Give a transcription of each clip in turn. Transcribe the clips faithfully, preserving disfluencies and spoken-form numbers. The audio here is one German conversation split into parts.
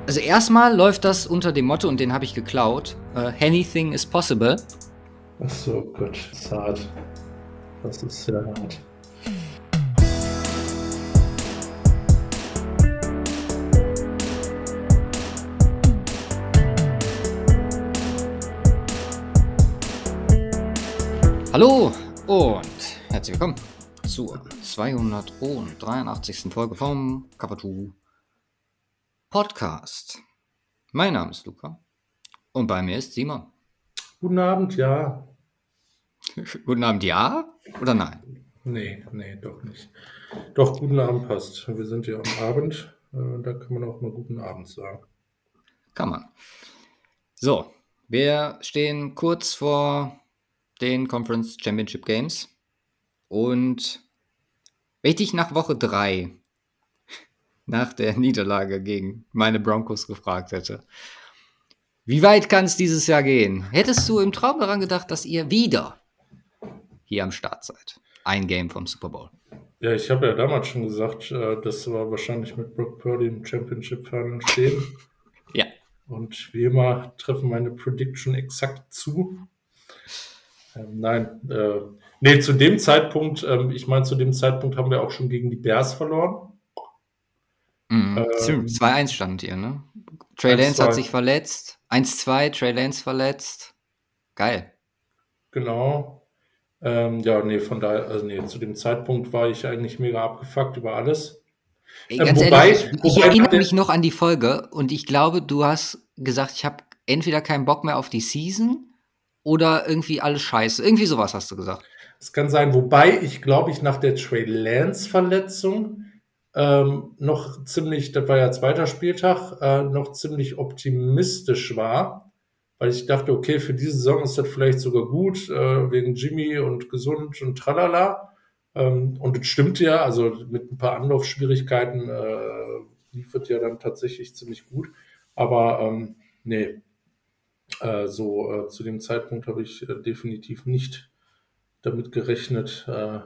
Also erstmal läuft das unter dem Motto, und den habe ich geklaut, uh, anything is possible. Ach so, Gott, das ist hart. Das ist sehr hart. Hallo und herzlich willkommen zur zweihundertdreiundachtzigsten Folge vom Cavatu Podcast. Mein Name ist Luca und bei mir ist Simon. Guten Abend, ja. Guten Abend, ja oder nein? Nee, nee, doch nicht. Doch, guten Abend passt. Wir sind ja am Abend, äh, da kann man auch mal guten Abend sagen. Kann man. So, wir stehen kurz vor den Conference Championship Games und wenn ich dich nach Woche drei, nach der Niederlage gegen meine Broncos gefragt hätte, wie weit kann es dieses Jahr gehen? Hättest du im Traum daran gedacht, dass ihr wieder hier am Start seid? Ein Game vom Super Bowl. Ja, ich habe ja damals schon gesagt, äh, dass wir wahrscheinlich mit Brock Purdy im Championship-Final stehen. Ja. Und wie immer treffen meine Prediction exakt zu. Ähm, nein, äh, nee, zu dem Zeitpunkt, ähm, ich meine, zu dem Zeitpunkt haben wir auch schon gegen die Bears verloren. Mhm. Ähm, zwei eins stand hier, ne? Trey Lance hat sich verletzt. eins zwei, Trey Lance verletzt. Geil. Genau. Ähm, ja, nee, von daher, also nee, zu dem Zeitpunkt war ich eigentlich mega abgefuckt über alles. Ey, Ähm, ganz wobei, ehrlich, ich, ich wobei erinnere der- mich noch an die Folge und ich glaube, du hast gesagt, ich habe entweder keinen Bock mehr auf die Season oder irgendwie alles scheiße. Irgendwie sowas hast du gesagt. Es kann sein, wobei ich glaube ich nach der Trey Lance-Verletzung ähm, noch ziemlich, das war ja zweiter Spieltag, äh, noch ziemlich optimistisch war, weil ich dachte, okay, für diese Saison ist das vielleicht sogar gut, äh, wegen Jimmy und gesund und tralala. Ähm, und das stimmt ja, also mit ein paar Anlaufschwierigkeiten äh, lief es ja dann tatsächlich ziemlich gut. Aber ähm, nee, äh, so äh, zu dem Zeitpunkt habe ich äh, definitiv nicht damit gerechnet, äh,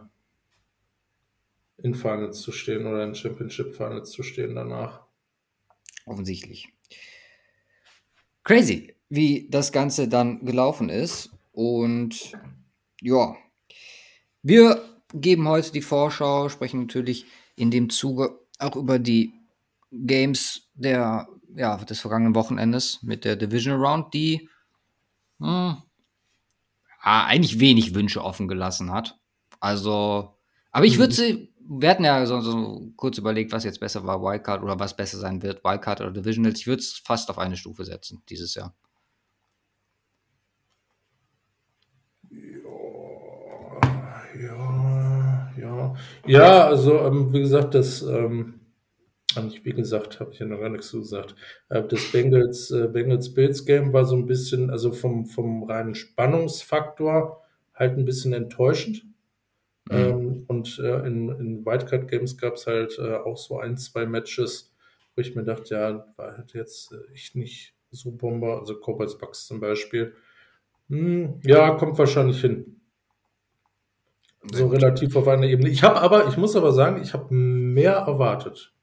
in Finals zu stehen oder in Championship Finals zu stehen danach. Offensichtlich. Crazy, wie das Ganze dann gelaufen ist. Und ja, wir geben heute die Vorschau, sprechen natürlich in dem Zuge auch über die Games der, ja, des vergangenen Wochenendes mit der Division Round, die hm, ja, eigentlich wenig Wünsche offen gelassen hat. Also, aber ich würde sie, wir hatten ja so, so kurz überlegt, was jetzt besser war, Wildcard oder was besser sein wird, Wildcard oder Divisionals. Ich würde es fast auf eine Stufe setzen dieses Jahr. Ja, ja. Ja, also ähm, wie gesagt, das, ähm, nicht wie gesagt, habe ich ja noch gar nichts gesagt. Äh, das Bengals, äh, Bengals Bills Game war so ein bisschen, also vom, vom reinen Spannungsfaktor halt ein bisschen enttäuschend. Mhm. Ähm, und äh, in, in Wildcard Games gab es halt äh, auch so ein, zwei Matches, wo ich mir dachte, ja, war halt jetzt äh, echt nicht so Bomber, also Cowboys Bucks zum Beispiel. Hm, ja, kommt wahrscheinlich hin. So gut. relativ auf einer Ebene. Ich habe aber, ich muss aber sagen, ich habe mehr erwartet.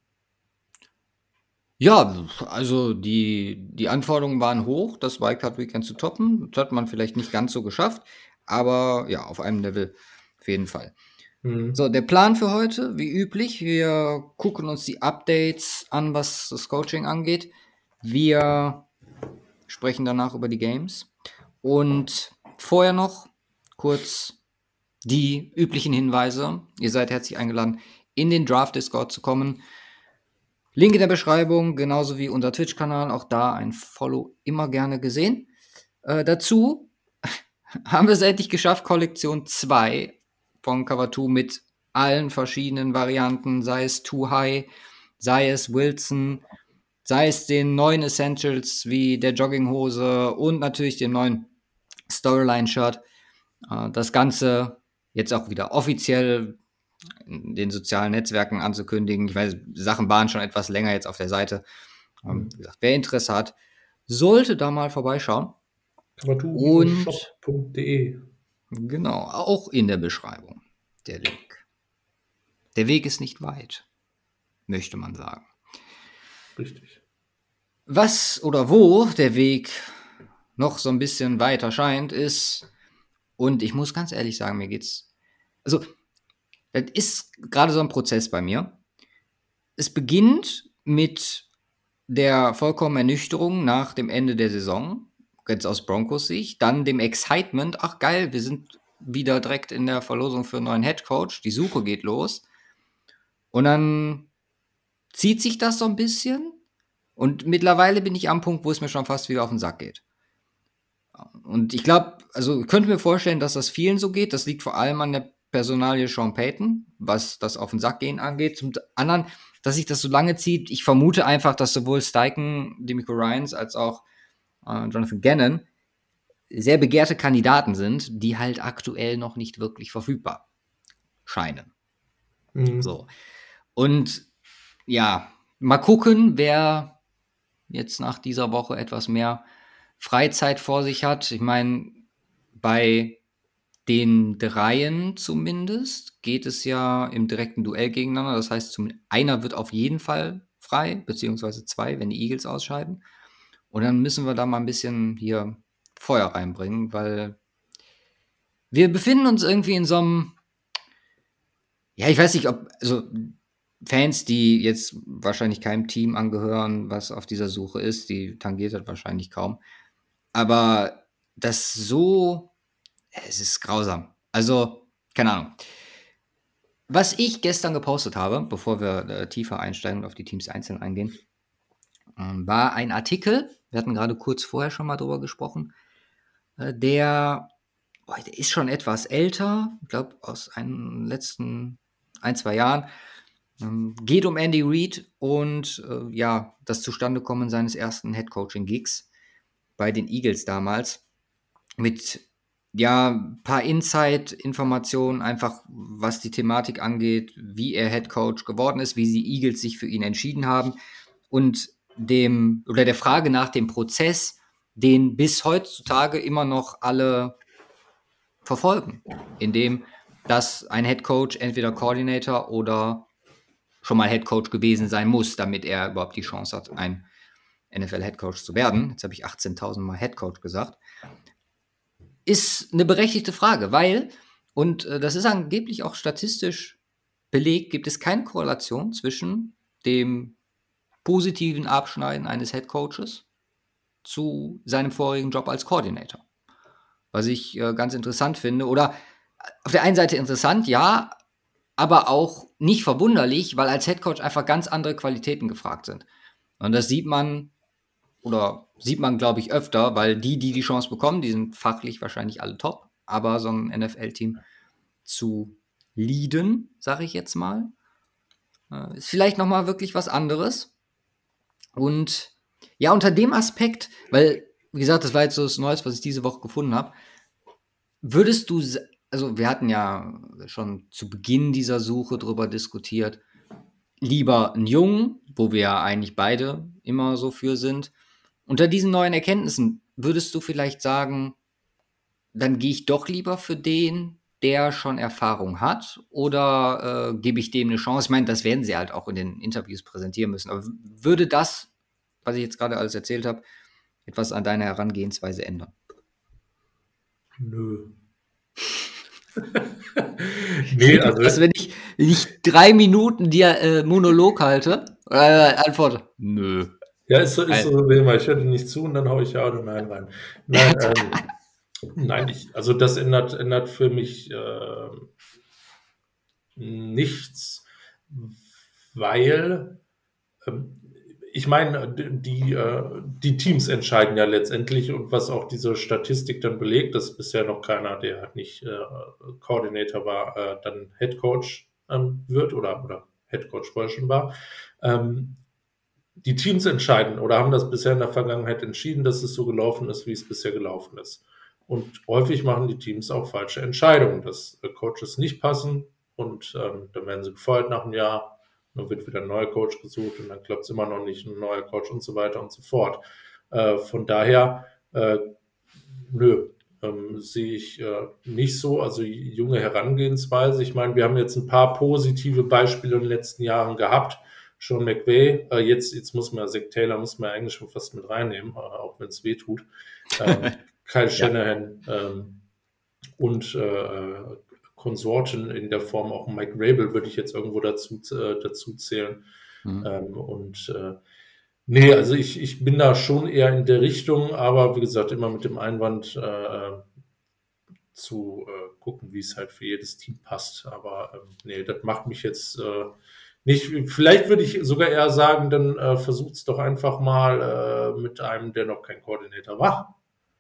Ja, also die, die Anforderungen waren hoch, das Wildcard Weekend zu toppen. Das hat man vielleicht nicht ganz so geschafft, aber ja, auf einem Level auf jeden Fall. Hm. So, der Plan für heute, wie üblich, wir gucken uns die Updates an, was das Coaching angeht. Wir sprechen danach über die Games. Und vorher noch kurz die üblichen Hinweise. Ihr seid herzlich eingeladen, in den Draft-Discord zu kommen. Link in der Beschreibung, genauso wie unser Twitch-Kanal. Auch da ein Follow immer gerne gesehen. Äh, dazu haben wir es endlich geschafft, Kollektion zwei von Cavatu mit allen verschiedenen Varianten, sei es Too High, sei es Wilson, sei es den neuen Essentials wie der Jogginghose und natürlich dem neuen Storyline-Shirt. Äh, das Ganze jetzt auch wieder offiziell in den sozialen Netzwerken anzukündigen. Ich weiß, Sachen waren schon etwas länger jetzt auf der Seite. Ähm, wie gesagt, wer Interesse hat, sollte da mal vorbeischauen. Und shop punkt de. Genau, auch in der Beschreibung der Link. Der Weg ist nicht weit, möchte man sagen. Richtig. Was oder wo der Weg noch so ein bisschen weiter scheint, ist, und ich muss ganz ehrlich sagen, mir geht's, also, das ist gerade so ein Prozess bei mir. Es beginnt mit der vollkommenen Ernüchterung nach dem Ende der Saison, jetzt aus Broncos Sicht, dann dem Excitement, ach geil, wir sind wieder direkt in der Verlosung für einen neuen Headcoach, die Suche geht los. Und dann zieht sich das so ein bisschen und mittlerweile bin ich am Punkt, wo es mir schon fast wieder auf den Sack geht. Und ich glaube, also ich könnte mir vorstellen, dass das vielen so geht. Das liegt vor allem an der Personalie Sean Payton, was das auf den Sack gehen angeht. Zum anderen, dass sich das so lange zieht. Ich vermute einfach, dass sowohl Steichen, DeMeco Ryans als auch äh, Jonathan Gannon sehr begehrte Kandidaten sind, die halt aktuell noch nicht wirklich verfügbar scheinen. Mhm. So. Und ja, mal gucken, wer jetzt nach dieser Woche etwas mehr Freizeit vor sich hat. Ich meine, bei den Dreien zumindest geht es ja im direkten Duell gegeneinander. Das heißt, zum, einer wird auf jeden Fall frei, beziehungsweise zwei, wenn die Eagles ausscheiden. Und dann müssen wir da mal ein bisschen hier Feuer reinbringen, weil wir befinden uns irgendwie in so einem, ja, ich weiß nicht, ob, also Fans, die jetzt wahrscheinlich keinem Team angehören, was auf dieser Suche ist, die tangiert das wahrscheinlich kaum. Aber das so, es ist grausam. Also, keine Ahnung. Was ich gestern gepostet habe, bevor wir äh, tiefer einsteigen und auf die Teams einzeln eingehen, ähm, war ein Artikel, wir hatten gerade kurz vorher schon mal drüber gesprochen, äh, der, boah, der ist schon etwas älter, ich glaube aus den letzten ein, zwei Jahren, ähm, geht um Andy Reid und äh, ja, das Zustandekommen seines ersten Headcoaching-Gigs bei den Eagles damals mit ja, ein paar Inside-Informationen, einfach was die Thematik angeht, wie er Headcoach geworden ist, wie die Eagles sich für ihn entschieden haben und dem oder der Frage nach dem Prozess, den bis heutzutage immer noch alle verfolgen, indem dass ein Headcoach entweder Coordinator oder schon mal Headcoach gewesen sein muss, damit er überhaupt die Chance hat, ein N F L-Headcoach zu werden. Jetzt habe ich achtzehntausend Mal Headcoach gesagt. Ist eine berechtigte Frage, weil, und äh, das ist angeblich auch statistisch belegt, gibt es keine Korrelation zwischen dem positiven Abschneiden eines Headcoaches zu seinem vorigen Job als Coordinator. Was ich äh, ganz interessant finde. Oder auf der einen Seite interessant, ja, aber auch nicht verwunderlich, weil als Headcoach einfach ganz andere Qualitäten gefragt sind. Und das sieht man, oder sieht man, glaube ich, öfter, weil die, die die Chance bekommen, die sind fachlich wahrscheinlich alle top, aber so ein N F L-Team zu leaden, sage ich jetzt mal, äh, ist vielleicht nochmal wirklich was anderes. Und ja, unter dem Aspekt, weil, wie gesagt, das war jetzt so das Neues, was ich diese Woche gefunden habe, würdest du, also wir hatten ja schon zu Beginn dieser Suche drüber diskutiert, lieber einen Jungen, wo wir ja eigentlich beide immer so für sind. Unter diesen neuen Erkenntnissen würdest du vielleicht sagen, dann gehe ich doch lieber für den, der schon Erfahrung hat, oder äh, gebe ich dem eine Chance? Ich meine, das werden sie halt auch in den Interviews präsentieren müssen. Aber würde das, was ich jetzt gerade alles erzählt habe, etwas an deiner Herangehensweise ändern? Nö. Nee, also, Also wenn ich, wenn ich drei Minuten dir äh, Monolog halte, äh, antworte, nö. ja, ist so, ist so, wie immer, ich höre dir nicht zu und dann haue ich ja oder nein rein. Nein, ähm, nein, ich, also das ändert, ändert für mich äh, nichts, weil ähm, ich meine, die, äh, die Teams entscheiden ja letztendlich, und was auch diese Statistik dann belegt, dass bisher noch keiner, der halt nicht äh, Coordinator war, äh, dann Head Coach ähm, wird oder, oder Head Coach vorher schon war. Ähm, die Teams entscheiden oder haben das bisher in der Vergangenheit entschieden, dass es so gelaufen ist, wie es bisher gelaufen ist. Und häufig machen die Teams auch falsche Entscheidungen, dass äh, Coaches nicht passen und ähm, dann werden sie gefeuert nach einem Jahr. Dann wird wieder ein neuer Coach gesucht und dann klappt es immer noch nicht, ein neuer Coach und so weiter und so fort. Äh, von daher, äh, nö, ähm, sehe ich äh, nicht so. Also junge Herangehensweise. Ich meine, wir haben jetzt ein paar positive Beispiele in den letzten Jahren gehabt, Sean McVay, äh, jetzt, jetzt muss man, Zach Taylor muss man eigentlich schon fast mit reinnehmen, äh, auch wenn es weh tut. Ähm, Kyle Shanahan ähm, und äh, Konsorten in der Form, auch Mike Vrabel würde ich jetzt irgendwo dazu, äh, dazu zählen. Mhm. Ähm, und äh, nee, also ich, ich bin da schon eher in der Richtung, aber wie gesagt, immer mit dem Einwand äh, zu äh, gucken, wie es halt für jedes Team passt. Aber ähm, nee, das macht mich jetzt äh, nicht. Vielleicht würde ich sogar eher sagen, dann äh, versucht es doch einfach mal äh, mit einem, der noch kein Koordinator war.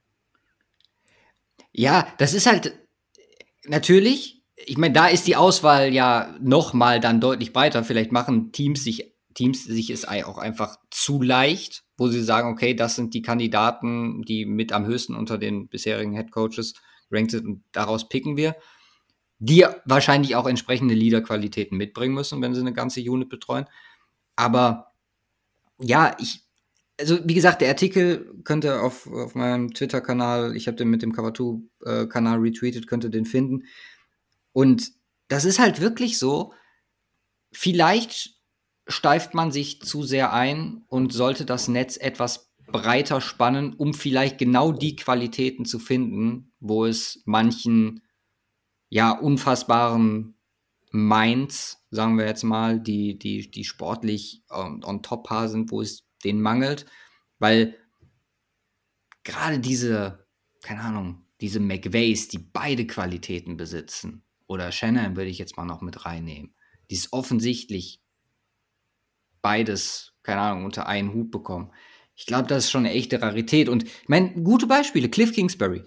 Ja, das ist halt natürlich, ich meine, da ist die Auswahl ja noch mal dann deutlich breiter. Vielleicht machen Teams sich Teams sich es auch einfach zu leicht, wo sie sagen, okay, das sind die Kandidaten, die mit am höchsten unter den bisherigen Headcoaches ranked sind und daraus picken wir, die wahrscheinlich auch entsprechende Leaderqualitäten mitbringen müssen, wenn sie eine ganze Unit betreuen. Aber ja, ich, also wie gesagt, der Artikel könnte auf, auf meinem Twitter-Kanal, ich habe den mit dem Cover zwei-Kanal retweetet, könnte den finden. Und das ist halt wirklich so, vielleicht steift man sich zu sehr ein und sollte das Netz etwas breiter spannen, um vielleicht genau die Qualitäten zu finden, wo es manchen, ja, unfassbaren Minds, sagen wir jetzt mal, die, die, die sportlich on, on top sind, wo es denen mangelt. Weil gerade diese, keine Ahnung, diese McVays, die beide Qualitäten besitzen, oder Shannon würde ich jetzt mal noch mit reinnehmen, die es offensichtlich beides, keine Ahnung, unter einen Hut bekommen. Ich glaube, das ist schon eine echte Rarität. Und ich meine, gute Beispiele, Cliff Kingsbury.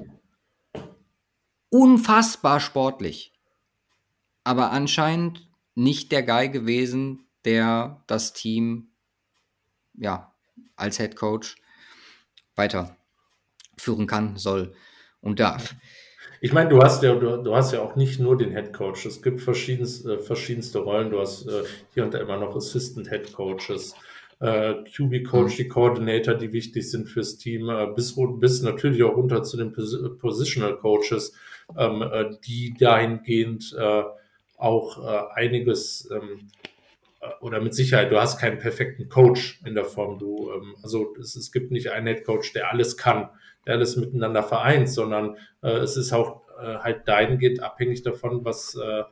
Unfassbar sportlich. Aber anscheinend nicht der Guy gewesen, der das Team, ja, als Head Coach weiterführen kann, soll und darf. Ich meine, du hast ja, du, du hast ja auch nicht nur den Head Coach. Es gibt verschiedenste, äh, verschiedenste Rollen. Du hast äh, hier und da immer noch Assistant Head Coaches, äh, Q B Coach, mhm. die Coordinator, die wichtig sind fürs Team, äh, bis, bis natürlich auch runter zu den Pos Positional Coaches, ähm, äh, die dahingehend äh, auch äh, einiges ähm, oder mit Sicherheit, du hast keinen perfekten Coach in der Form. Du, ähm, also es, es gibt nicht einen Head Coach, der alles kann, der alles miteinander vereint, sondern äh, es ist auch äh, halt dahingehend abhängig davon, was, äh,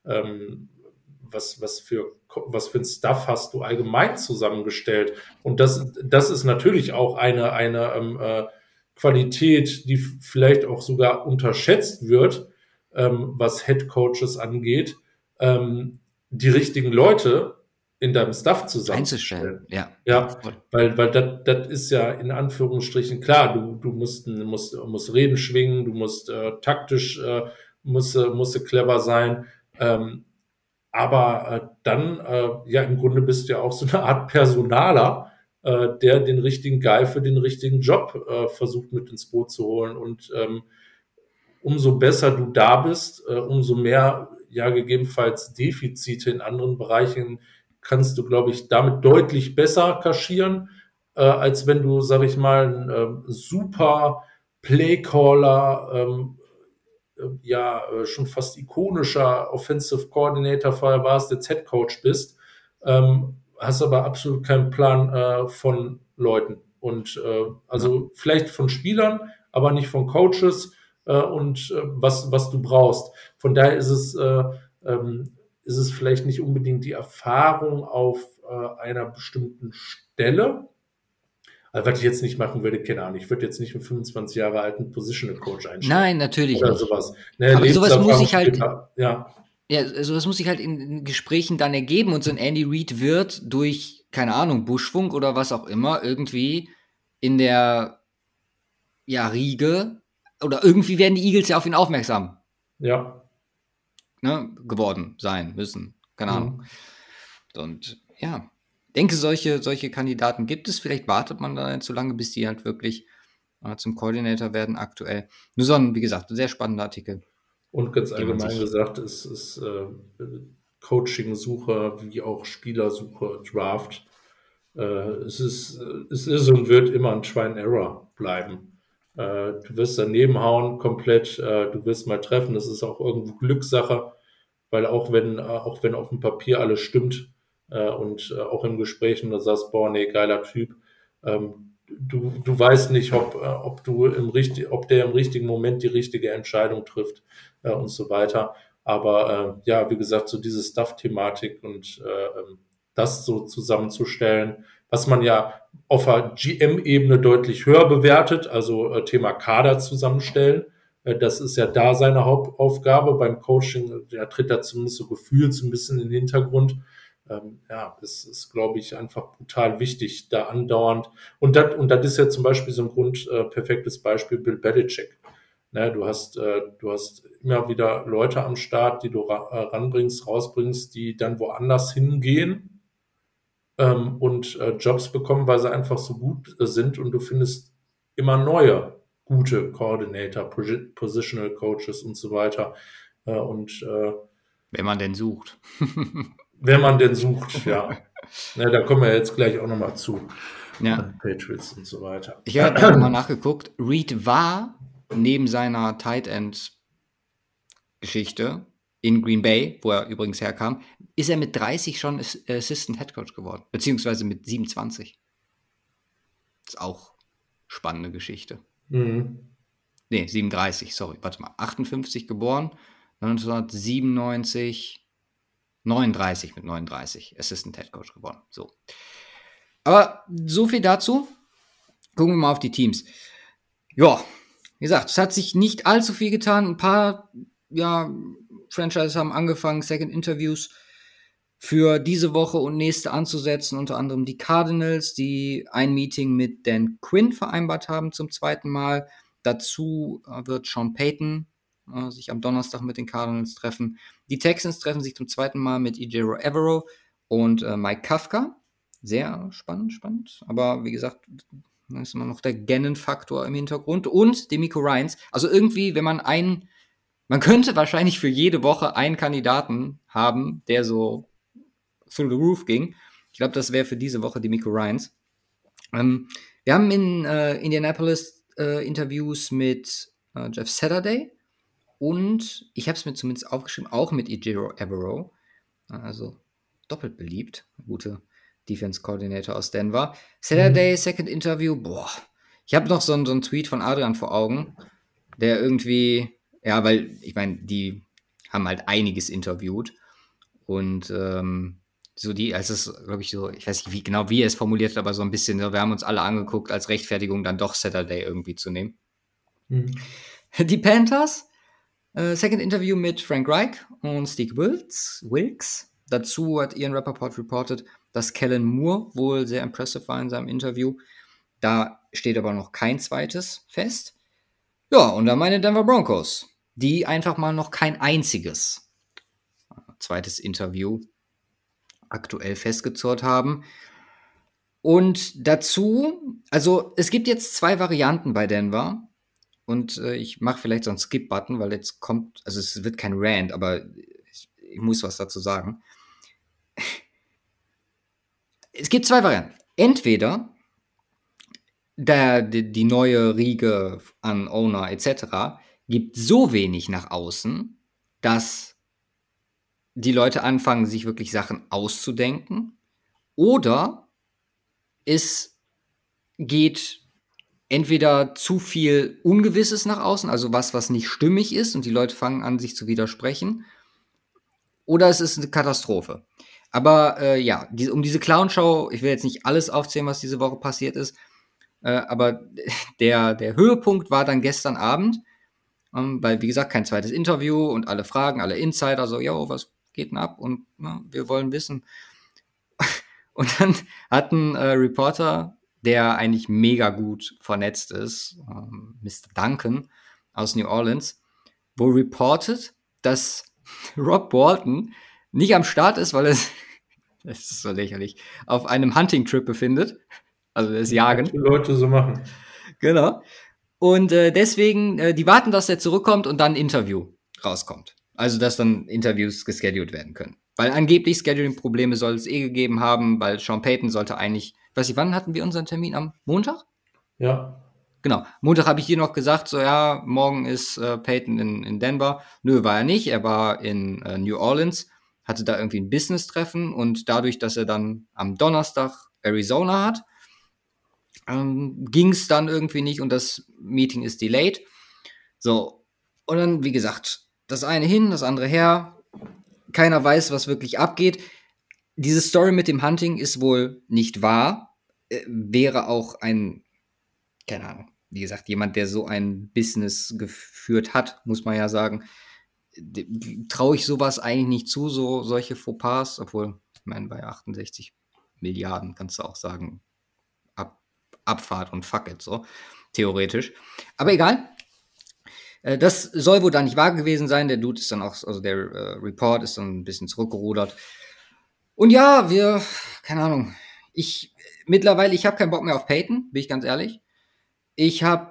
ähm, was, was, für, was für ein Stuff hast du allgemein zusammengestellt. Und das, das ist natürlich auch eine, eine ähm, äh, Qualität, die vielleicht auch sogar unterschätzt wird, ähm, was Head Coaches angeht, ähm, die richtigen Leute in deinem Stuff zusammenzustellen. Einzustellen, ja. Ja, weil, weil das, das ist ja in Anführungsstrichen klar, du, du musst, musst, musst Reden schwingen, du musst äh, taktisch, äh, musst, musst clever sein, ähm, aber äh, dann, äh, ja, im Grunde bist du ja auch so eine Art Personaler, äh, der den richtigen Guy für den richtigen Job äh, versucht mit ins Boot zu holen und ähm, umso besser du da bist, äh, umso mehr, ja, gegebenenfalls Defizite in anderen Bereichen kannst du, glaube ich, damit deutlich besser kaschieren, äh, als wenn du, sag ich mal, ein äh, super Playcaller, ähm, äh, ja, äh, schon fast ikonischer Offensive Coordinator vorher warst, jetzt Head Coach bist, ähm, hast aber absolut keinen Plan äh, von Leuten. Und äh, also ja. Vielleicht von Spielern, aber nicht von Coaches äh, und äh, was, was du brauchst. Von daher ist es äh, ähm, ist es vielleicht nicht unbedingt die Erfahrung auf äh, einer bestimmten Stelle. Also, was ich jetzt nicht machen würde, keine Ahnung. Ich würde jetzt nicht einen fünfundzwanzig Jahre alten Positional Coach einstellen. Nein, natürlich oder nicht. Sowas. Ne, aber sowas muss ich halt, ja. ja, sowas muss sich halt in Gesprächen dann ergeben und so ein Andy Reid wird durch, keine Ahnung, Buschfunk oder was auch immer, irgendwie in der, ja, Riege oder irgendwie werden die Eagles ja auf ihn aufmerksam. Ja. Ne, geworden sein müssen. Keine Ahnung. Mhm. Und ja, denke, solche, solche Kandidaten gibt es. Vielleicht wartet man da zu lange, bis die halt wirklich äh, zum Coordinator werden aktuell. Nur so ein, wie gesagt, ein sehr spannender Artikel. Und ganz allgemein gesagt, es ist äh, Coaching-Suche wie auch Spielersuche, Draft. Äh, es, ist, es ist und wird immer ein Try-and-Error bleiben. Äh, du wirst daneben hauen komplett, äh, du wirst mal treffen. Das ist auch irgendwo Glückssache, weil auch wenn, auch wenn auf dem Papier alles stimmt, äh, und äh, auch im Gespräch, und du sagst, boah, nee, geiler Typ. Ähm, du, du weißt nicht, ob, äh, ob, du im richtig, ob der im richtigen Moment die richtige Entscheidung trifft äh, und so weiter. Aber äh, ja, wie gesagt, so diese Stuff-Thematik und äh, ähm, das so zusammenzustellen, was man ja auf der G M-Ebene deutlich höher bewertet, also äh, Thema Kader zusammenstellen. Äh, das ist ja da seine Hauptaufgabe. Beim Coaching, da tritt er zumindest so gefühlt so ein bisschen in den Hintergrund. Ähm, ja, es ist, glaube ich, einfach brutal wichtig, da andauernd. Und das, und das ist ja zum Beispiel so ein Grund, äh, perfektes Beispiel, Bill Belichick. Ne, du hast, äh, du hast immer wieder Leute am Start, die du ra äh, ranbringst, rausbringst, die dann woanders hingehen ähm, und äh, Jobs bekommen, weil sie einfach so gut äh, sind, und du findest immer neue gute Coordinator, Posi- Positional Coaches und so weiter. Äh, und äh, Wenn man denn sucht. wenn man den sucht, ja. Ne, da kommen wir jetzt gleich auch nochmal zu. Äh, Ja. Patriots und so weiter. Ich habe gerade mal nachgeguckt. Reed war neben seiner Tight End Geschichte in Green Bay, wo er übrigens herkam, ist er mit dreißig schon Assistant Head Coach geworden, beziehungsweise mit siebenundzwanzig. Das ist auch spannende Geschichte. Mhm. Nee, siebenunddreißig, sorry, warte mal, achtundfünfzig geboren, neunzehnhundertsiebenundneunzig, neununddreißig mit neununddreißig Assistant Head Coach geworden. So. Aber so viel dazu. Gucken wir mal auf die Teams. Ja, wie gesagt, es hat sich nicht allzu viel getan. Ein paar, ja, Franchises haben angefangen, Second Interviews für diese Woche und nächste anzusetzen. Unter anderem die Cardinals, die ein Meeting mit Dan Quinn vereinbart haben zum zweiten Mal. Dazu äh, wird Sean Payton äh, sich am Donnerstag mit den Cardinals treffen. Die Texans treffen sich zum zweiten Mal mit Ejiro Evero und äh, Mike Kafka. Sehr spannend, spannend. Aber wie gesagt, da ist immer noch der Gannon-Faktor im Hintergrund. Und Demico Ryans. Also irgendwie, wenn man einen, man könnte wahrscheinlich für jede Woche einen Kandidaten haben, der so through the roof ging. Ich glaube, das wäre für diese Woche Demico Ryans. Ähm, wir haben in äh, Indianapolis äh, Interviews mit äh, Jeff Saturday und ich habe es mir zumindest aufgeschrieben, auch mit Ejiro Evero. Also doppelt beliebt. Gute Defense Coordinator aus Denver. Saturday, mhm. Second Interview, boah. Ich habe noch so, so einen Tweet von Adrian vor Augen, der irgendwie, ja, weil, ich meine, die haben halt einiges interviewt und ähm, so die, als es, glaube ich, so, ich weiß nicht wie genau, wie er es formuliert hat, aber so ein bisschen, wir haben uns alle angeguckt, als Rechtfertigung dann doch Saturday irgendwie zu nehmen. Mhm. Die Panthers, äh, Second Interview mit Frank Reich und Steve Wilkes. Wilkes. Dazu hat Ian Rappaport reported, dass Kellen Moore wohl sehr impressive war in seinem Interview. Da steht aber noch kein zweites fest. Ja, und dann meine Denver Broncos, die einfach mal noch kein einziges zweites Interview aktuell festgezurrt haben. Und dazu, also es gibt jetzt zwei Varianten bei Denver. Und äh, ich mache vielleicht so einen Skip-Button, weil jetzt kommt, also es wird kein Rant, aber ich, ich muss was dazu sagen. Es gibt zwei Varianten. Entweder der, die, die neue Riege an Owner et cetera gibt so wenig nach außen, dass die Leute anfangen, sich wirklich Sachen auszudenken. Oder es geht entweder zu viel Ungewisses nach außen, also was, was nicht stimmig ist und die Leute fangen an, sich zu widersprechen. Oder es ist eine Katastrophe. Aber äh, ja, die, um diese Clownshow, ich will jetzt nicht alles aufzählen, was diese Woche passiert ist, äh, aber der, der Höhepunkt war dann gestern Abend, ähm, weil, wie gesagt, kein zweites Interview und alle Fragen, alle Insider so, yo, was geht denn ab? Und na, wir wollen wissen. Und dann hat ein äh, Reporter, der eigentlich mega gut vernetzt ist, ähm, Mister Duncan aus New Orleans, wo reportet, dass Rob Walton nicht am Start ist, weil es, das ist so lächerlich, auf einem Hunting-Trip befindet. Also das Jagen. Was die Leute so machen. Genau. Und äh, deswegen, äh, die warten, dass er zurückkommt und dann ein Interview rauskommt. Also, dass dann Interviews gescheduled werden können. Weil angeblich Scheduling-Probleme soll es eh gegeben haben, weil Sean Payton sollte eigentlich, weiß ich, wann hatten wir unseren Termin? Am Montag? Ja. Genau. Montag habe ich dir noch gesagt, so ja, morgen ist äh, Payton in, in Denver. Nö, war er nicht. Er war in äh, New Orleans, hatte da irgendwie ein Business-Treffen und dadurch, dass er dann am Donnerstag Arizona hat, ähm, ging es dann irgendwie nicht und das Meeting ist delayed. So, und dann, wie gesagt, das eine hin, das andere her. Keiner weiß, was wirklich abgeht. Diese Story mit dem Hunting ist wohl nicht wahr. Äh, wäre auch ein, keine Ahnung, wie gesagt, jemand, der so ein Business geführt hat, muss man ja sagen, traue ich sowas eigentlich nicht zu, so solche Fauxpas, obwohl, ich meine, bei achtundsechzig Milliarden kannst du auch sagen, Ab, Abfahrt und fuck it, so, theoretisch. Aber egal. Äh, das soll wohl da nicht wahr gewesen sein. Der Dude ist dann auch, also der äh, Report ist dann ein bisschen zurückgerudert. Und ja, wir, keine Ahnung, ich, mittlerweile, ich habe keinen Bock mehr auf Peyton, bin ich ganz ehrlich. Ich habe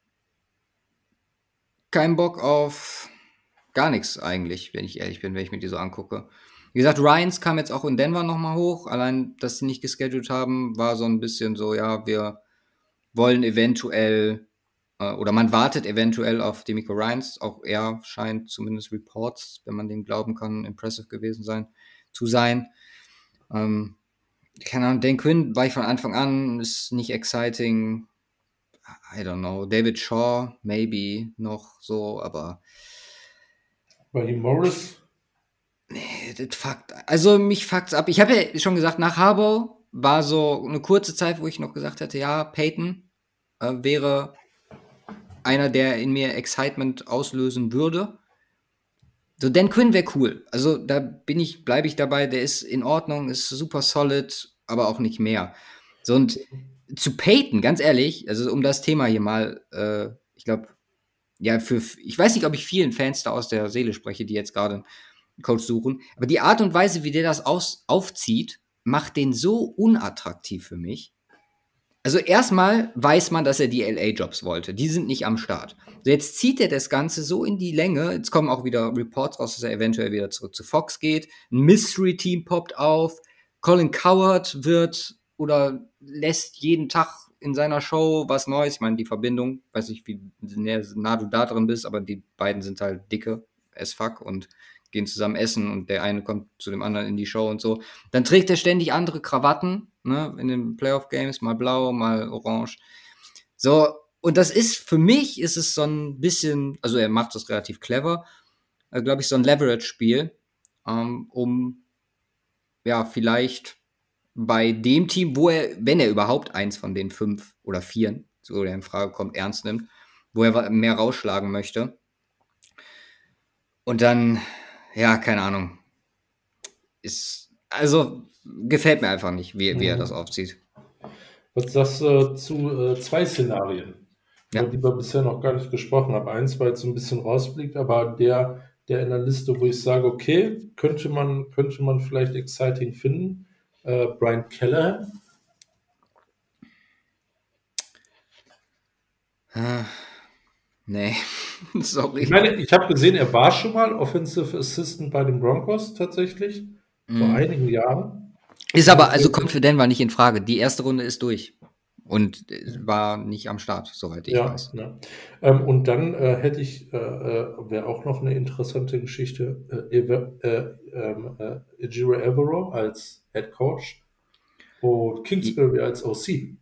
keinen Bock auf gar nichts eigentlich, wenn ich ehrlich bin, wenn ich mir die so angucke. Wie gesagt, Ryans kam jetzt auch in Denver nochmal hoch. Allein, dass sie nicht gescheduled haben, war so ein bisschen so, ja, wir wollen eventuell, äh, oder man wartet eventuell auf D'Amico Ryans. Auch er scheint zumindest Reports, wenn man dem glauben kann, impressive gewesen sein, zu sein. Ähm, keine Ahnung, Dan Quinn war ich von Anfang an, ist nicht exciting. I don't know. David Shaw, maybe noch so, aber Raheem Morris. Nee, das fuckt. Also mich fuckt's ab. Ich habe ja schon gesagt, nach Harbaugh war so eine kurze Zeit, wo ich noch gesagt hätte, ja, Peyton äh, wäre einer, der in mir Excitement auslösen würde. So, Dan Quinn wäre cool. Also da bin ich, bleibe ich dabei, der ist in Ordnung, ist super solid, aber auch nicht mehr. So, und zu Peyton, ganz ehrlich, also um das Thema hier mal, äh, ich glaube, ja, für, ich weiß nicht, ob ich vielen Fans da aus der Seele spreche, die jetzt gerade einen Coach suchen, aber die Art und Weise, wie der das aus, aufzieht, macht den so unattraktiv für mich. Also erstmal weiß man, dass er die L A-Jobs wollte. Die sind nicht am Start. So, jetzt zieht er das Ganze so in die Länge. Jetzt kommen auch wieder Reports raus, dass er eventuell wieder zurück zu Fox geht. Ein Mystery-Team poppt auf. Colin Coward wird oder lässt jeden Tag in seiner Show was Neues. Ich meine, die Verbindung, weiß nicht, wie nah du da drin bist, aber die beiden sind halt dicke as fuck und gehen zusammen essen und der eine kommt zu dem anderen in die Show und so. Dann trägt er ständig andere Krawatten, ne, in den Playoff-Games, mal blau, mal orange. So, und das ist, für mich ist es so ein bisschen, also er macht das relativ clever, äh, glaube ich, so ein Leverage-Spiel, ähm, um, ja, vielleicht bei dem Team, wo er, wenn er überhaupt eins von den fünf oder vier, so der in Frage kommt, ernst nimmt, wo er mehr rausschlagen möchte. Und dann, ja, keine Ahnung. Ist, also, gefällt mir einfach nicht, wie, wie er das aufzieht. Was sagst du zu äh, zwei Szenarien, Ja. über die wir bisher noch gar nicht gesprochen haben? Eins, weil es so ein bisschen rausblickt, aber der, der in der Liste, wo ich sage, okay, könnte man, könnte man vielleicht exciting finden, äh, Brian Callahan. Äh, nee, sorry. Ich meine, ich habe gesehen, er war schon mal Offensive Assistant bei den Broncos tatsächlich, vor Mm. einigen Jahren. Ist aber, also kommt für Denver nicht in Frage. Die erste Runde ist durch. Und äh, war nicht am Start, soweit ich ja, weiß. Ja. Ähm, und dann äh, hätte ich, äh, äh, wäre auch noch eine interessante Geschichte, äh, Eva, äh, äh, Ejiro Evero als Head Coach und Kingsbury als O C.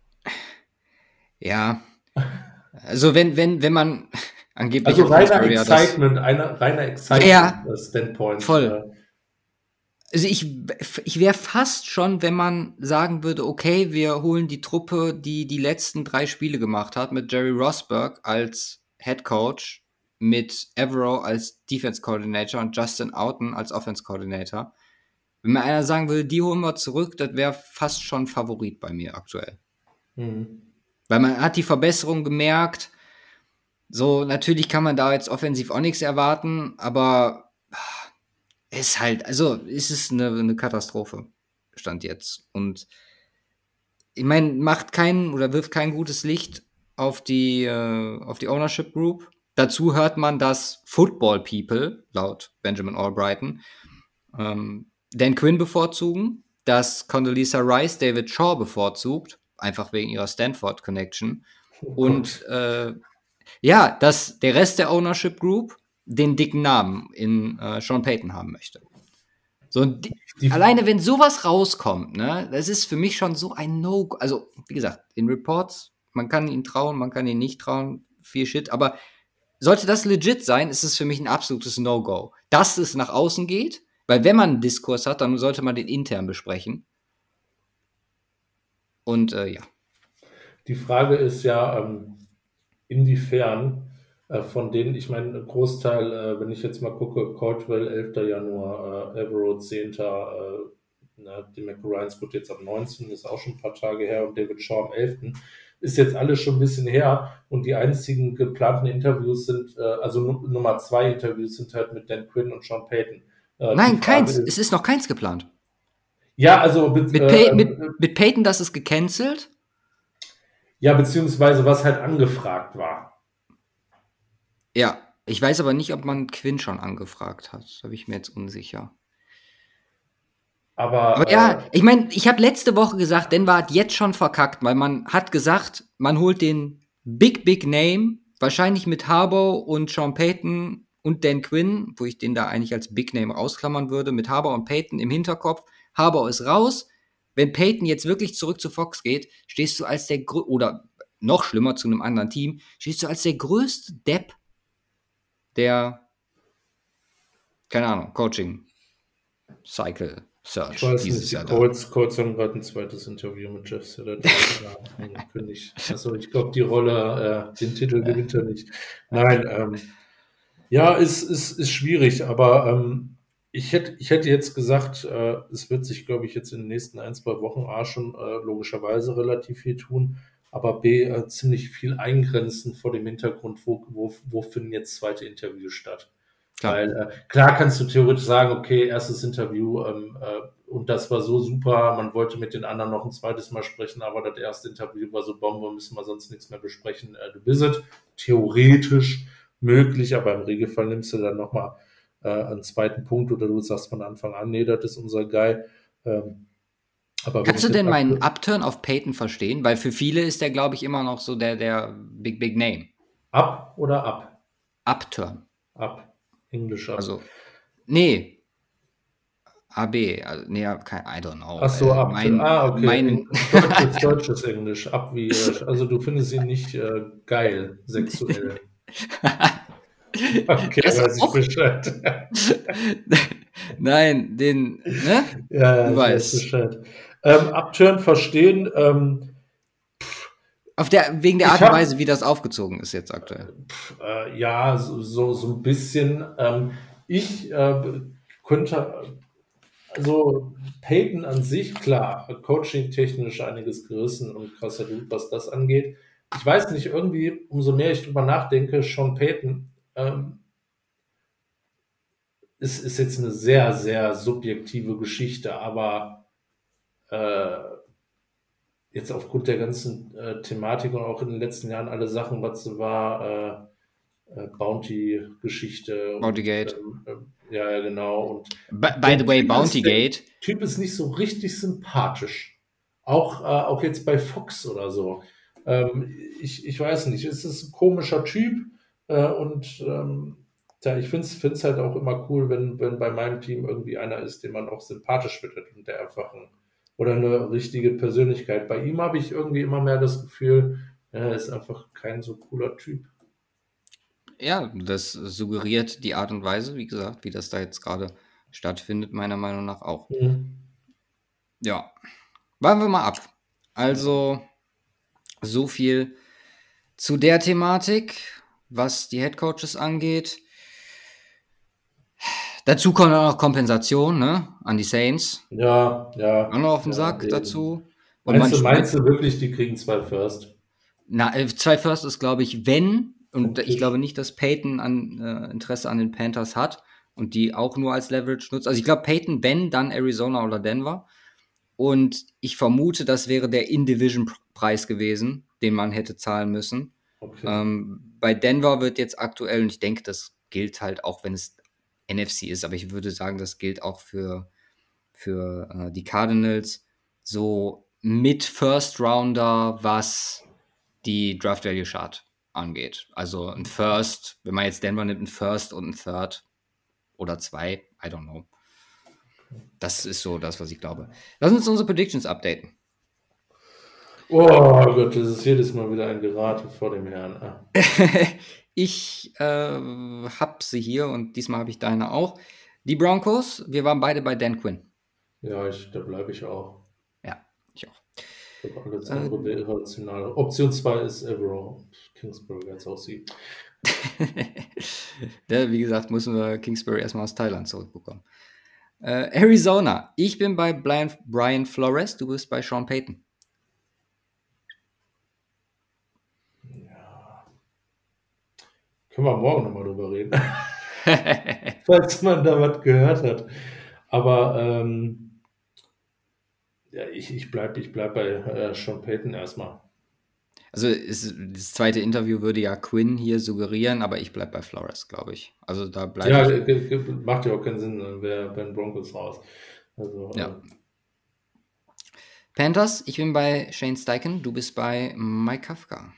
Ja. Also wenn, wenn, wenn man angeblich Also hat reiner Kingsbury ja das- Excitement, einer, reiner Excitement Ja, äh, Standpoint. voll. Äh, Also ich, ich wäre fast schon, wenn man sagen würde, okay, wir holen die Truppe, die die letzten drei Spiele gemacht hat, mit Jerry Rosberg als Head Coach, mit Evero als Defense Coordinator und Justin Outen als Offense Coordinator. Wenn mir einer sagen würde, die holen wir zurück, das wäre fast schon Favorit bei mir aktuell. Mhm. Weil man hat die Verbesserung gemerkt. So, natürlich kann man da jetzt offensiv auch nichts erwarten, aber es ist halt, also es ist eine, eine Katastrophe, Stand jetzt. Und ich meine, macht kein oder wirft kein gutes Licht auf die, äh, auf die Ownership Group. Dazu hört man, dass Football People, laut Benjamin Albrighton, ähm, Dan Quinn bevorzugen, dass Condoleezza Rice David Shaw bevorzugt, einfach wegen ihrer Stanford-Connection. Und äh, ja, dass der Rest der Ownership Group den dicken Namen in äh, Sean Payton haben möchte. So, die, Die, alleine wenn sowas rauskommt, ne, das ist für mich schon so ein No. Also, wie gesagt, in Reports, man kann ihn trauen, man kann ihn nicht trauen, viel Shit, aber sollte das legit sein, ist es für mich ein absolutes No-Go. Dass es nach außen geht, weil wenn man einen Diskurs hat, dann sollte man den intern besprechen. Und äh, ja. die Frage ist ja, ähm, inwiefern äh, von denen, ich meine, ein Großteil, äh, wenn ich jetzt mal gucke, Caldwell elfter Januar, äh, Evero zehnter Äh, ne, die McRyans gut jetzt am neunzehnten ist auch schon ein paar Tage her und David Shaw am elften ist jetzt alles schon ein bisschen her und die einzigen geplanten Interviews sind, äh, also Nu- Nummer zwei Interviews sind halt mit Dan Quinn und Sean Payton. Äh, die Nein, Frage keins. ist, Es ist noch keins geplant. ja, also mit, Mit, äh, Pay mit, ähm, mit Peyton, das ist gecancelt. ja, beziehungsweise was halt angefragt war. Ja, ich weiß aber nicht, ob man Quinn schon angefragt hat. Da bin ich mir jetzt unsicher. Aber Aber ja, äh, ich meine, ich habe letzte Woche gesagt, Denver hat jetzt schon verkackt, weil man hat gesagt, man holt den Big, Big Name, wahrscheinlich mit Harbaugh und Sean Payton und Dan Quinn, wo ich den da eigentlich als Big Name rausklammern würde, mit Harbaugh und Payton im Hinterkopf. Harbaugh ist raus. Wenn Payton jetzt wirklich zurück zu Fox geht, stehst du als der, grö oder noch schlimmer zu einem anderen Team, stehst du als der größte Depp der, keine Ahnung, Coaching Cycle ich Search weiß dieses nicht, die Jahr da. Colts, Colts haben gerade ein zweites Interview mit Jeff Saturday angekündigt. Also ich glaube, die Rolle, äh, den Titel gewinnt er nicht. Nein, ähm, ja, ist, ist, ist schwierig, aber ähm, ich hätte, ich hätte jetzt gesagt, äh, es wird sich, glaube ich, jetzt in den nächsten ein, zwei Wochen A schon äh, logischerweise relativ viel tun, aber B äh, ziemlich viel eingrenzen vor dem Hintergrund, wo, wo, wo finden jetzt zweite Interviews statt. Klar. Weil äh, klar kannst du theoretisch sagen, okay, erstes Interview ähm, äh, und das war so super, man wollte mit den anderen noch ein zweites Mal sprechen, aber das erste Interview war so Bombe, müssen wir sonst nichts mehr besprechen. Äh, du bist es, theoretisch möglich, aber im Regelfall nimmst du dann nochmal äh, einen zweiten Punkt oder du sagst von Anfang an, nee, das ist unser Guy. Ähm, aber wenn Kannst ich du jetzt denn meinen aktuell Upturn auf Peyton verstehen? Weil für viele ist der, glaube ich, immer noch so der, der Big, Big Name. ab oder ab? Upturn. Ab. Englisch ab. Also, nee, A B. Also, nee, kein, I don't know. Ach so, Äh, ab. mein, Ah, okay. mein, Eng- Deutsches, deutsches Englisch. Ab wie, äh, also du findest ihn nicht äh, geil, sexuell. Okay, das weiß ich auch. Bescheid. Nein, den, ne? Ja, ja, Du ich weiß weißt. Bescheid. Ähm, Upturn verstehen. Ähm, Auf der, wegen der ich Art und habe Weise, wie das aufgezogen ist jetzt aktuell. äh, ja so, so, so ein bisschen. Ähm, ich äh, könnte, also Peyton an sich, klar, coaching-technisch einiges gerissen und krasser Dude, was das angeht. Ich weiß nicht, irgendwie, umso mehr ich drüber nachdenke, Sean Payton ähm, ist, ist jetzt eine sehr, sehr subjektive Geschichte, aber äh, jetzt aufgrund der ganzen äh, Thematik und auch in den letzten Jahren alle Sachen, was so war, äh, äh, Bounty-Geschichte und Bountygate. ähm, äh, ja, ja, genau. Und By, by der the way, Typ ist, der Bountygate. Typ ist nicht so richtig sympathisch. Auch, äh, auch jetzt bei Fox oder so. Ähm, ich, ich weiß nicht, es ist ein komischer Typ äh, und ähm, ja, ich finde es halt auch immer cool, wenn, wenn bei meinem Team irgendwie einer ist, den man auch sympathisch findet und der einfach ein, oder eine richtige Persönlichkeit. Bei ihm habe ich irgendwie immer mehr das Gefühl, er ist einfach kein so cooler Typ. Ja, das suggeriert die Art und Weise, wie gesagt, wie das da jetzt gerade stattfindet, meiner Meinung nach auch. Mhm. Ja, warten wir mal ab. Also, so viel zu der Thematik, was die Headcoaches angeht. Dazu kommt auch noch Kompensation, ne, an die Saints. Ja, ja. Auch noch auf den ja Sack eben. dazu. Und Meinst man, du, meinst du wirklich, die kriegen zwei First? na, äh, zwei First ist, glaube ich, wenn, und Vom ich Tisch? glaube nicht, dass Peyton an, äh, Interesse an den Panthers hat und die auch nur als Leverage nutzt. Also ich glaube, Peyton, wenn, dann Arizona oder Denver. Und ich vermute, das wäre der In-Division-Preis gewesen, den man hätte zahlen müssen. Okay. Ähm, bei Denver wird jetzt aktuell, und ich denke, das gilt halt auch, wenn es N F C ist, aber ich würde sagen, das gilt auch für, für äh, die Cardinals, so mit First Rounder, was die Draft Value Chart angeht. Also ein First, wenn man jetzt Denver nimmt, ein First und ein Third oder zwei, I don't know. Das ist so das, was ich glaube. Lass uns unsere Predictions updaten. Oh Gott, das ist jedes Mal wieder ein Gerate vor dem Herrn. Ah. Ich äh, habe sie hier und diesmal habe ich deine auch. Die Broncos, wir waren beide bei Dan Quinn. Ja, ich, da bleibe ich auch. Ja, ich auch. Ich glaube, alles Äh, andere wäre irrational. Option zwei ist Evero. Kingsbury jetzt aussieht. Da, wie gesagt, müssen wir Kingsbury erstmal aus Thailand zurückbekommen. Äh, Arizona, ich bin bei Brian, Brian Flores, du bist bei Sean Payton. Ja. Können wir morgen nochmal drüber reden. Falls man da was gehört hat. Aber ähm, ja, ich, ich bleibe ich bleib bei äh, Sean Payton erstmal. Also ist, das zweite Interview würde ja Quinn hier suggerieren, aber ich bleibe bei Flores, glaube ich. Also da bleibe Ja, ich. ge- ge- macht ja auch keinen Sinn, dann wäre Ben Broncos raus. Also, Ja. äh, Panthers, ich bin bei Shane Steichen, du bist bei Mike Kafka.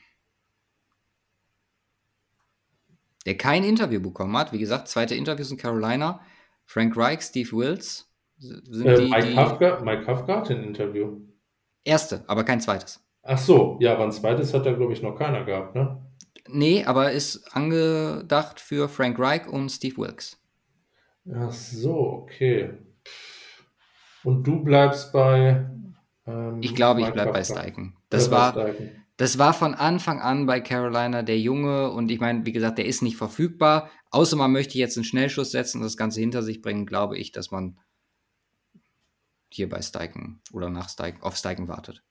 Der kein Interview bekommen hat. Wie gesagt, zweite Interviews in Carolina. Frank Reich, Steve Wills sind äh, die, Mike, die Kafka, Mike Kafka hat ein Interview. erste, aber kein zweites. Ach so, ja, aber ein zweites hat da, glaube ich, noch keiner gehabt, ne? Nee, aber ist angedacht für Frank Reich und Steve Wilkes. Ach so, okay. Und du bleibst bei ähm, Ich glaube, ich Mike bleibe bei Kafka. Steichen. Äh, Das bei war, Steichen. das war von Anfang an bei Carolina der Junge und ich meine, wie gesagt, der ist nicht verfügbar. Außer man möchte jetzt einen Schnellschuss setzen und das Ganze hinter sich bringen, glaube ich, dass man hier bei Steichen oder nach Steichen, auf Steichen wartet.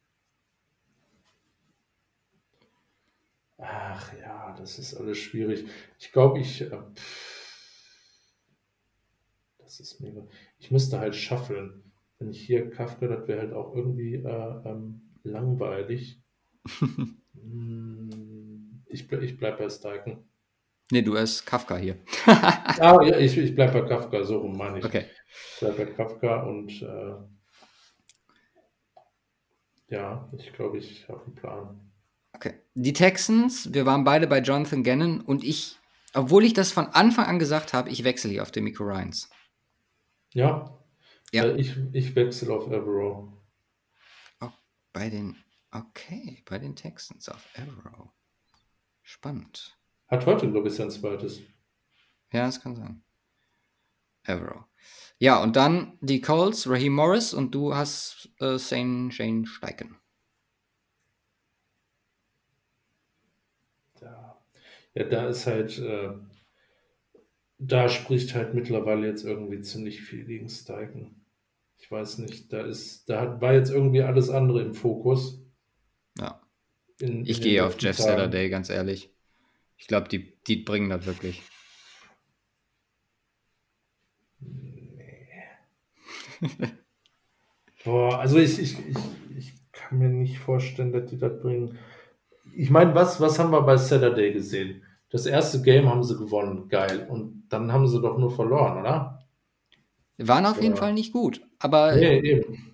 Ach ja, das ist alles schwierig. Ich glaube, ich. Äh, das ist mega. Ich müsste halt shuffeln. Wenn ich hier Kafka, das wäre halt auch irgendwie äh, ähm, langweilig. Hm, ich, ble ich bleibe bei Steichen. Nee, du hast Kafka hier. Ah, ja, ich, ich bleibe bei Kafka, so rum meine ich. Okay. Ich bleibe bei Kafka und äh, ja, ich glaube, ich habe einen Plan. Okay. Die Texans, wir waren beide bei Jonathan Gannon und ich, obwohl ich das von Anfang an gesagt habe, ich wechsle hier auf den Miko Ryans. Ja, Ja. äh, ich, ich wechsle auf Evero. Oh, bei den, okay, bei den Texans auf Arrow. Spannend. Hat heute, glaube ich, sein zweites. Ja, das kann sein. Arrow. Ja, und dann die Colts, Raheem Morris und du hast äh, Shane, Shane Steichen. Ja, ja da ist halt, äh, da spricht halt mittlerweile jetzt irgendwie ziemlich viel gegen Steichen. Ich weiß nicht, da ist, da hat, war jetzt irgendwie alles andere im Fokus. Ja. In, Ich in den gehe auf letzten Jeff Tagen. Saturday, ganz ehrlich. Ich glaube, die, die bringen das wirklich. Boah, also ich, ich, ich, ich kann mir nicht vorstellen, dass die das bringen. Ich meine, was, was haben wir bei Saturday gesehen? Das erste Game haben sie gewonnen, geil. Und dann haben sie doch nur verloren, oder? Waren auf jeden Oder? Fall nicht gut, aber Nee, eben.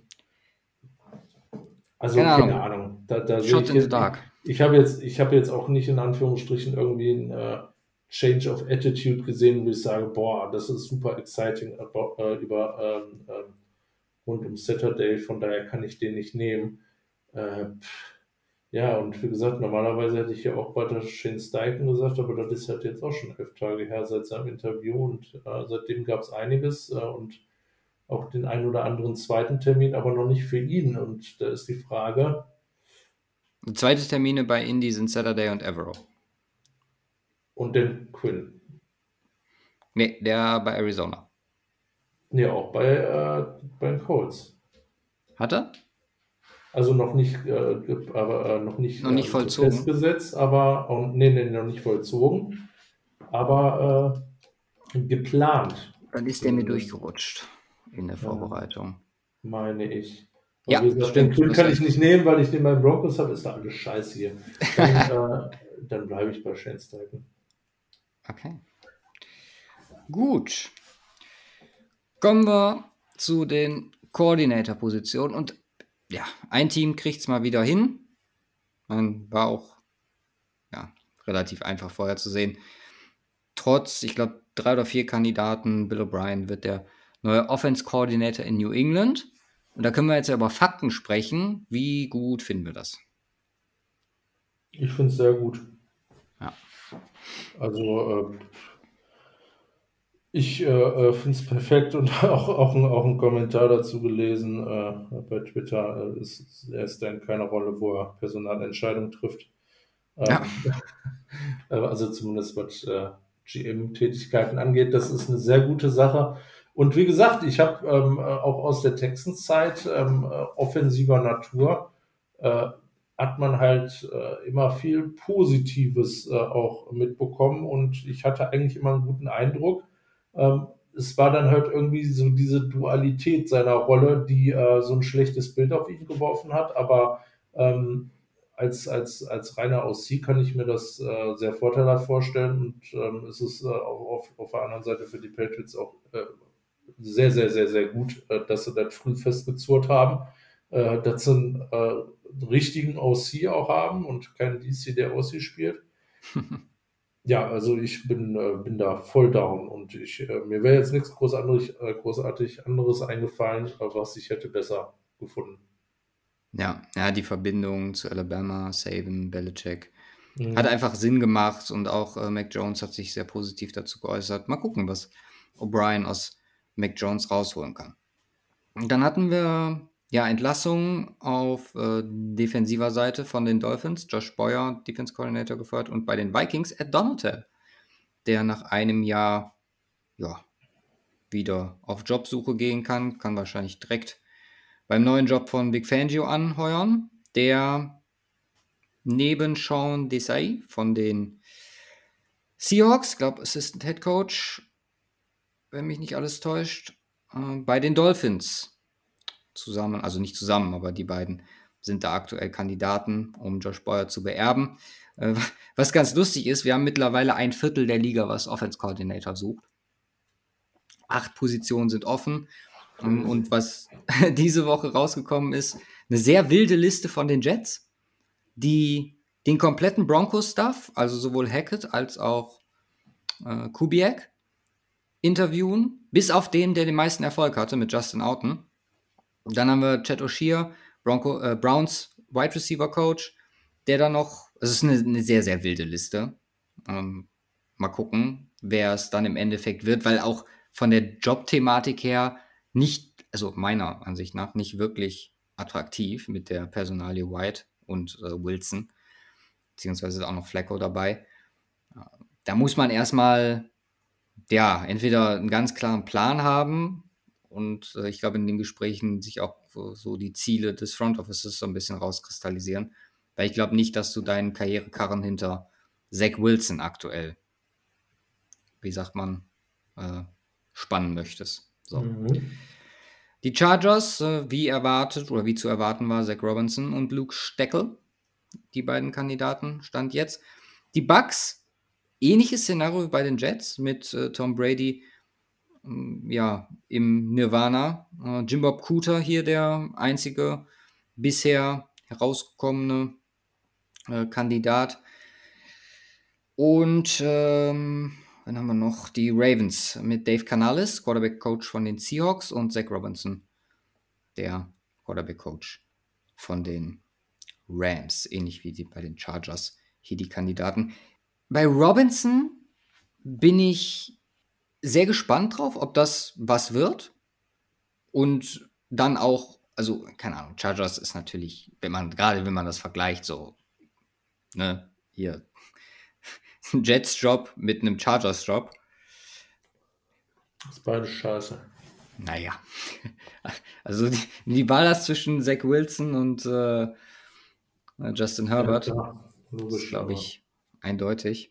Also keine keine Ahnung. Ahnung. Da, da sehe Shot ich in the jetzt, dark. ich, ich habe jetzt, ich habe jetzt auch nicht in Anführungsstrichen irgendwie ein äh, Change of Attitude gesehen, wo ich sage, boah, das ist super exciting about, äh, über ähm, ähm, rund um Saturday, von daher kann ich den nicht nehmen. Äh, pff, ja, und wie gesagt, normalerweise hätte ich ja auch weiter Shane Steichen gesagt, aber das ist halt jetzt auch schon elf Tage her seit seinem Interview und äh, seitdem gab es einiges äh, und auch den einen oder anderen zweiten Termin, aber noch nicht für ihn. Und da ist die Frage. Die zweite Termine bei Indy sind Saturday und Everett. Und den Quinn. Nee, der bei Arizona. Nee, auch bei, äh, bei den Colts. Hat er? Also noch nicht, äh, ge- aber äh, noch nicht, Noch nicht äh, vollzogen. festgesetzt, aber oh, nee, nee, noch nicht vollzogen, aber äh, geplant. Dann ist der mir Zumindest. durchgerutscht in der Vorbereitung. Meine ich. Ja, wie gesagt, stimmt, den Quinn du hast kann ich recht. nicht nehmen, weil ich den bei Broncos habe, ist da alles scheiße hier. Dann, äh, dann bleibe ich bei Shane Steichen. Okay. Gut. Kommen wir zu den Coordinator-Positionen. Und ja, ein Team kriegt es mal wieder hin. Man war auch ja, relativ einfach vorher zu sehen. Trotz, ich glaube, drei oder vier Kandidaten, Bill O'Brien wird der neuer Offense-Coordinator in New England. Und da können wir jetzt ja über Fakten sprechen. Wie gut finden wir das? Ich finde es sehr gut. Ja. Also äh, ich äh, finde es perfekt und auch, auch, ein, auch einen Kommentar dazu gelesen äh, bei Twitter. Äh, ist, er ist da in keiner Rolle, wo er Personalentscheidungen trifft. Ja. Ähm, also zumindest was äh, G M-Tätigkeiten angeht. Das ist eine sehr gute Sache. Und wie gesagt, ich habe ähm, auch aus der Texans-Zeit ähm, äh, offensiver Natur äh, hat man halt äh, immer viel Positives äh, auch mitbekommen und ich hatte eigentlich immer einen guten Eindruck. Ähm, es war dann halt irgendwie so diese Dualität seiner Rolle, die äh, so ein schlechtes Bild auf ihn geworfen hat, aber ähm, als, als, als reiner O C kann ich mir das äh, sehr vorteilhaft vorstellen und ähm, es ist äh, auf, auf der anderen Seite für die Patriots auch äh, sehr, sehr, sehr, sehr gut, äh, dass sie das früh festgezurrt haben, äh, dass sie einen äh, richtigen O C auch haben und keinen D C, der O C spielt. Ja, also ich bin, äh, bin da voll down und ich, äh, mir wäre jetzt nichts großartig, äh, großartig anderes eingefallen, äh, was ich hätte besser gefunden. Ja, ja, die Verbindung zu Alabama, Saban, Belichick hat Mhm. einfach Sinn gemacht und auch äh, Mac Jones hat sich sehr positiv dazu geäußert. Mal gucken, was O'Brien aus Mac Jones rausholen kann. Und dann hatten wir ja Entlassungen auf äh, defensiver Seite von den Dolphins. Josh Boyer, Defense Coordinator, gefeuert und bei den Vikings Ed Donatel, der nach einem Jahr ja wieder auf Jobsuche gehen kann, kann wahrscheinlich direkt beim neuen Job von Vic Fangio anheuern, der neben Sean Desai von den Seahawks, glaube Assistant Head Coach, wenn mich nicht alles täuscht, äh, bei den Dolphins zusammen, also nicht zusammen, aber die beiden sind da aktuell Kandidaten, um Josh Boyer zu beerben. Äh, was ganz lustig ist, wir haben mittlerweile ein Viertel der Liga, was Offense Coordinator sucht. Acht Positionen sind offen. Um, und was diese Woche rausgekommen ist, eine sehr wilde Liste von den Jets, die den kompletten Broncos-Stuff, also sowohl Hackett als auch äh, Kubiak, interviewen, bis auf den, der den meisten Erfolg hatte, mit Justin Outen. Dann haben wir Chad O'Shea, Bronco, äh, Browns Wide Receiver Coach, der dann noch, es ist eine, eine sehr, sehr wilde Liste. Ähm, mal gucken, wer es dann im Endeffekt wird, weil auch von der Jobthematik her nicht, also meiner Ansicht nach, nicht wirklich attraktiv mit der Personalie White und äh, Wilson, beziehungsweise ist auch noch Flacco dabei. Da muss man erstmal, ja, entweder einen ganz klaren Plan haben und äh, ich glaube, in den Gesprächen sich auch so, so die Ziele des Front Offices so ein bisschen rauskristallisieren. Weil ich glaube nicht, dass du deinen Karrierekarren hinter Zach Wilson aktuell, wie sagt man, äh, spannen möchtest. So. Mhm. Die Chargers, äh, wie erwartet oder wie zu erwarten war, Zach Robinson und Luke Steckel, die beiden Kandidaten, stand jetzt. Die Bucks, ähnliches Szenario wie bei den Jets mit äh, Tom Brady, ähm, ja, im Nirvana. Äh, Jim Bob Cooter hier der einzige bisher herausgekommene äh, Kandidat. Und ähm, dann haben wir noch die Ravens mit Dave Canales, Quarterback-Coach von den Seahawks, und Zach Robinson, der Quarterback-Coach von den Rams, ähnlich wie die bei den Chargers hier die Kandidaten. Bei Robinson bin ich sehr gespannt drauf, ob das was wird. Und dann auch, also keine Ahnung, Chargers ist natürlich, wenn man, gerade wenn man das vergleicht, so, ne, hier, ein Jets-Job mit einem Chargers-Job. Das ist beides scheiße. Naja, also die, die Wahl das zwischen Zach Wilson und äh, Justin Herbert, Ja, klar, ist, logisch, glaube aber ich, eindeutig.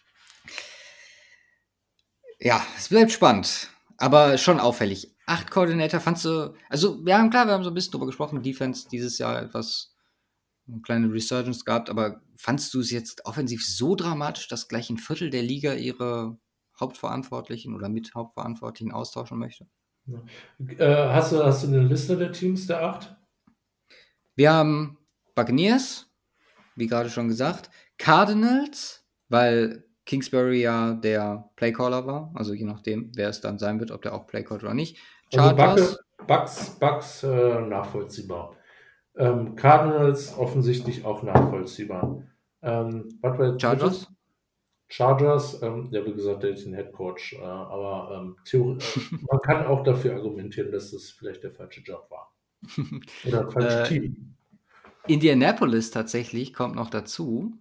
Ja, es bleibt spannend, aber schon auffällig. Acht Koordinator, fandst du, also wir haben klar, wir haben so ein bisschen drüber gesprochen, Defense dieses Jahr etwas, eine kleine Resurgence gehabt, aber fandst du es jetzt offensiv so dramatisch, dass gleich ein Viertel der Liga ihre Hauptverantwortlichen oder Mithauptverantwortlichen austauschen möchte? ja. Äh, hast du, hast du eine Liste der Teams der acht? Wir haben Buccaneers, wie gerade schon gesagt, Cardinals, weil Kingsbury ja der Playcaller war, also je nachdem, wer es dann sein wird, ob der auch Playcaller oder nicht. Also Chargers? Backe, Bucks, Bucks äh, nachvollziehbar. Ähm, Cardinals offensichtlich auch nachvollziehbar. Ähm, was war jetzt drittes? Chargers? Chargers, ähm, ja, wie gesagt, der ist ein Headcoach, äh, aber ähm, Theor äh, man kann auch dafür argumentieren, dass das vielleicht der falsche Job war. Oder das falsche äh, Team. Indianapolis tatsächlich kommt noch dazu.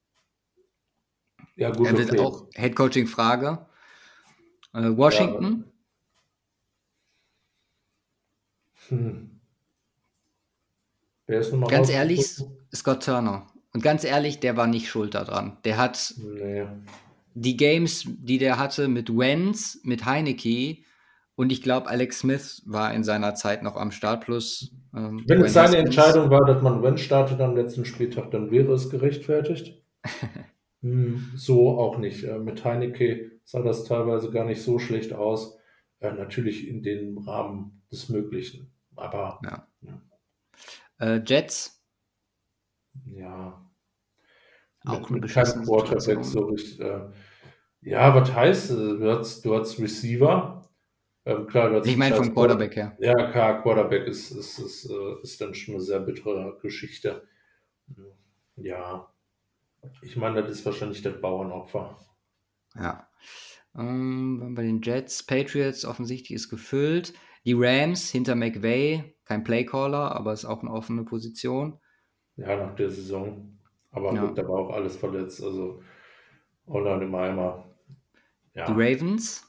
Ja, gut, Er wird okay. auch Headcoaching-Frage. Äh, Ja, Washington? hm. Wer ist nochmal Ganz ehrlich, rausgeflogen? Scott Turner. Und ganz ehrlich, der war nicht schuld daran. Der hat Nee. die Games, die der hatte mit Wentz, mit Heineke und ich glaube, Alex Smith war in seiner Zeit noch am Start plus ähm, Wenn es Dwayne seine Haskins. Entscheidung war, dass man Wenn startet am letzten Spieltag, dann wäre es gerechtfertigt. Hm, so auch nicht. Äh, mit Heineke sah das teilweise gar nicht so schlecht aus. Äh, natürlich in dem Rahmen des Möglichen. Aber Ja. ja, Äh, Jets, ja, auch mit, eine mit keinem beschissene Quarterback Situation. so richtig. Äh, ja, was heißt, äh, du hast, du hast Receiver. Ähm, klar, du hast Ich einen meine scheiß vom Quarterback. Quarterback her. Ja, klar, Quarterback ist, ist, ist, äh, ist dann schon eine sehr bittere Geschichte. Ja, ich meine, das ist wahrscheinlich das Bauernopfer. Ja. Ähm, bei den Jets, Patriots offensichtlich ist gefüllt. Die Rams hinter McVay, kein Playcaller, aber ist auch eine offene Position. Ja, nach der Saison. Aber Ja. gut, da war auch alles verletzt. Also Holland im Eimer. Die Ja. Ravens,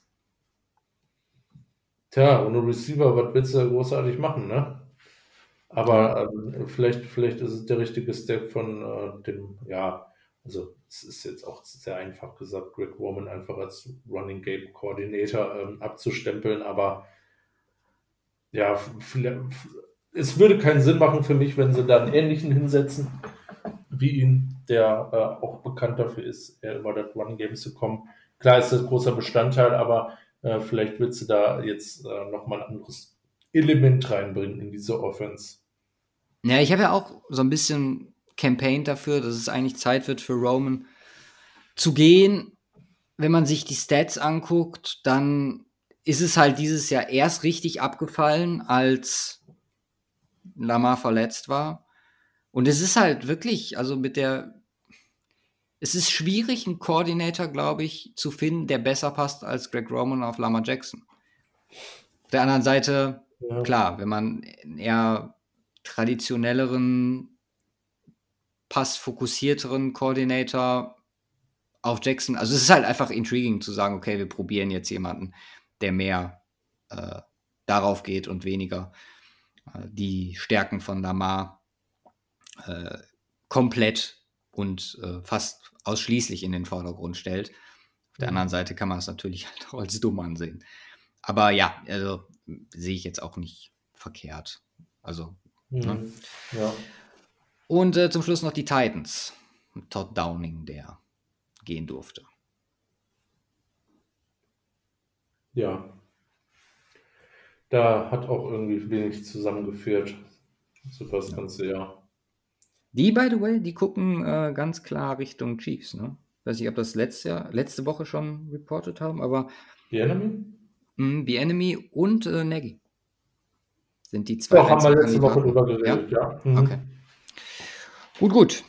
Tja, ohne Receiver, was willst du da großartig machen, ne? ja. Aber ähm, vielleicht, vielleicht ist es der richtige Step von äh, dem, ja, also es ist jetzt auch sehr einfach gesagt, Greg Roman einfach als Running Game Coordinator ähm, abzustempeln, aber ja, vielleicht, es würde keinen Sinn machen für mich, wenn sie da einen ähnlichen hinsetzen wie ihn, der äh, auch bekannt dafür ist, äh, über das Run Game zu kommen. Klar ist das großer Bestandteil, aber äh, vielleicht willst du da jetzt äh, nochmal ein anderes Element reinbringen in diese Offense. Ja, ich habe ja auch so ein bisschen campaigned dafür, dass es eigentlich Zeit wird für Roman zu gehen. Wenn man sich die Stats anguckt, dann ist es halt dieses Jahr erst richtig abgefallen, als Lamar verletzt war. Und es ist halt wirklich, also mit der, es ist schwierig, einen Coordinator, glaube ich, zu finden, der besser passt als Greg Roman auf Lamar Jackson. Auf der anderen Seite, Ja. klar, wenn man einen eher traditionelleren, passfokussierteren Coordinator auf Jackson, also es ist halt einfach intriguing zu sagen, okay, wir probieren jetzt jemanden, der mehr äh, darauf geht und weniger äh, die Stärken von Lamar äh, komplett und äh, fast ausschließlich in den Vordergrund stellt. Auf der anderen Seite kann man es natürlich halt auch als dumm ansehen. Aber ja, also sehe ich jetzt auch nicht verkehrt. Also, ne? Mhm. Ja. Und äh, zum Schluss noch die Titans. Todd Downing, der gehen durfte. Ja. Da hat auch irgendwie wenig zusammengeführt. So das ganze Jahr. Die, by the way, die gucken äh, ganz klar Richtung Chiefs, ne? Weiß nicht, ob das letzte Jahr, letzte Woche schon reported haben, aber Die Enemy? mh, The Enemy und äh, Nagy sind die zwei Doch, haben wir einzigen letzte Woche Kandidaten. drüber Ja? geredet, ja. Mhm. Okay. Gut, gut.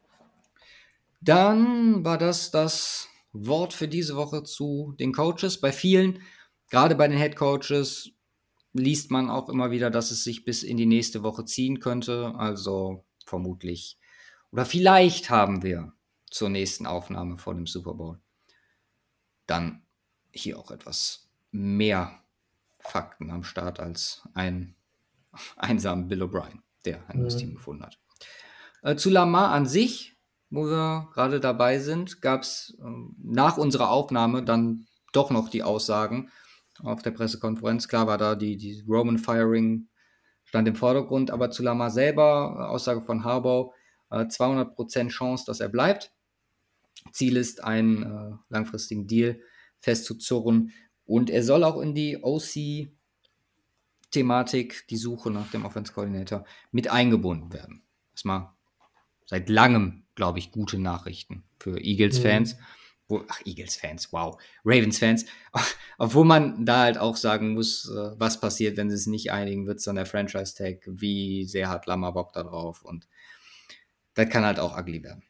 Dann war das das Wort für diese Woche zu den Coaches. Bei vielen, gerade bei den Head Coaches, liest man auch immer wieder, dass es sich bis in die nächste Woche ziehen könnte. Also vermutlich oder vielleicht haben wir zur nächsten Aufnahme vor dem Super Bowl dann hier auch etwas mehr Fakten am Start als ein einsamen Bill O'Brien, der ein neues Team Mhm. gefunden hat. Äh, zu Lamar an sich, wo wir gerade dabei sind, gab es äh, nach unserer Aufnahme dann doch noch die Aussagen auf der Pressekonferenz. Klar war da die, die Roman Firing stand im Vordergrund, aber zu Lamar selber, äh, Aussage von Harbaugh, äh, zweihundert Prozent Chance, dass er bleibt. Ziel ist, einen äh, langfristigen Deal festzuzurren und er soll auch in die O C-Thematik, die Suche nach dem Offense Coordinator, mit eingebunden werden. Erstmal seit langem, glaube ich, gute Nachrichten für Eagles-Fans. Mhm. wo, ach, Eagles-Fans, wow, Ravens-Fans, obwohl man da halt auch sagen muss, äh, was passiert, wenn sie es nicht einigen, wird es dann der Franchise-Tag, wie sehr hat Lamar Bock da drauf und das kann halt auch ugly werden.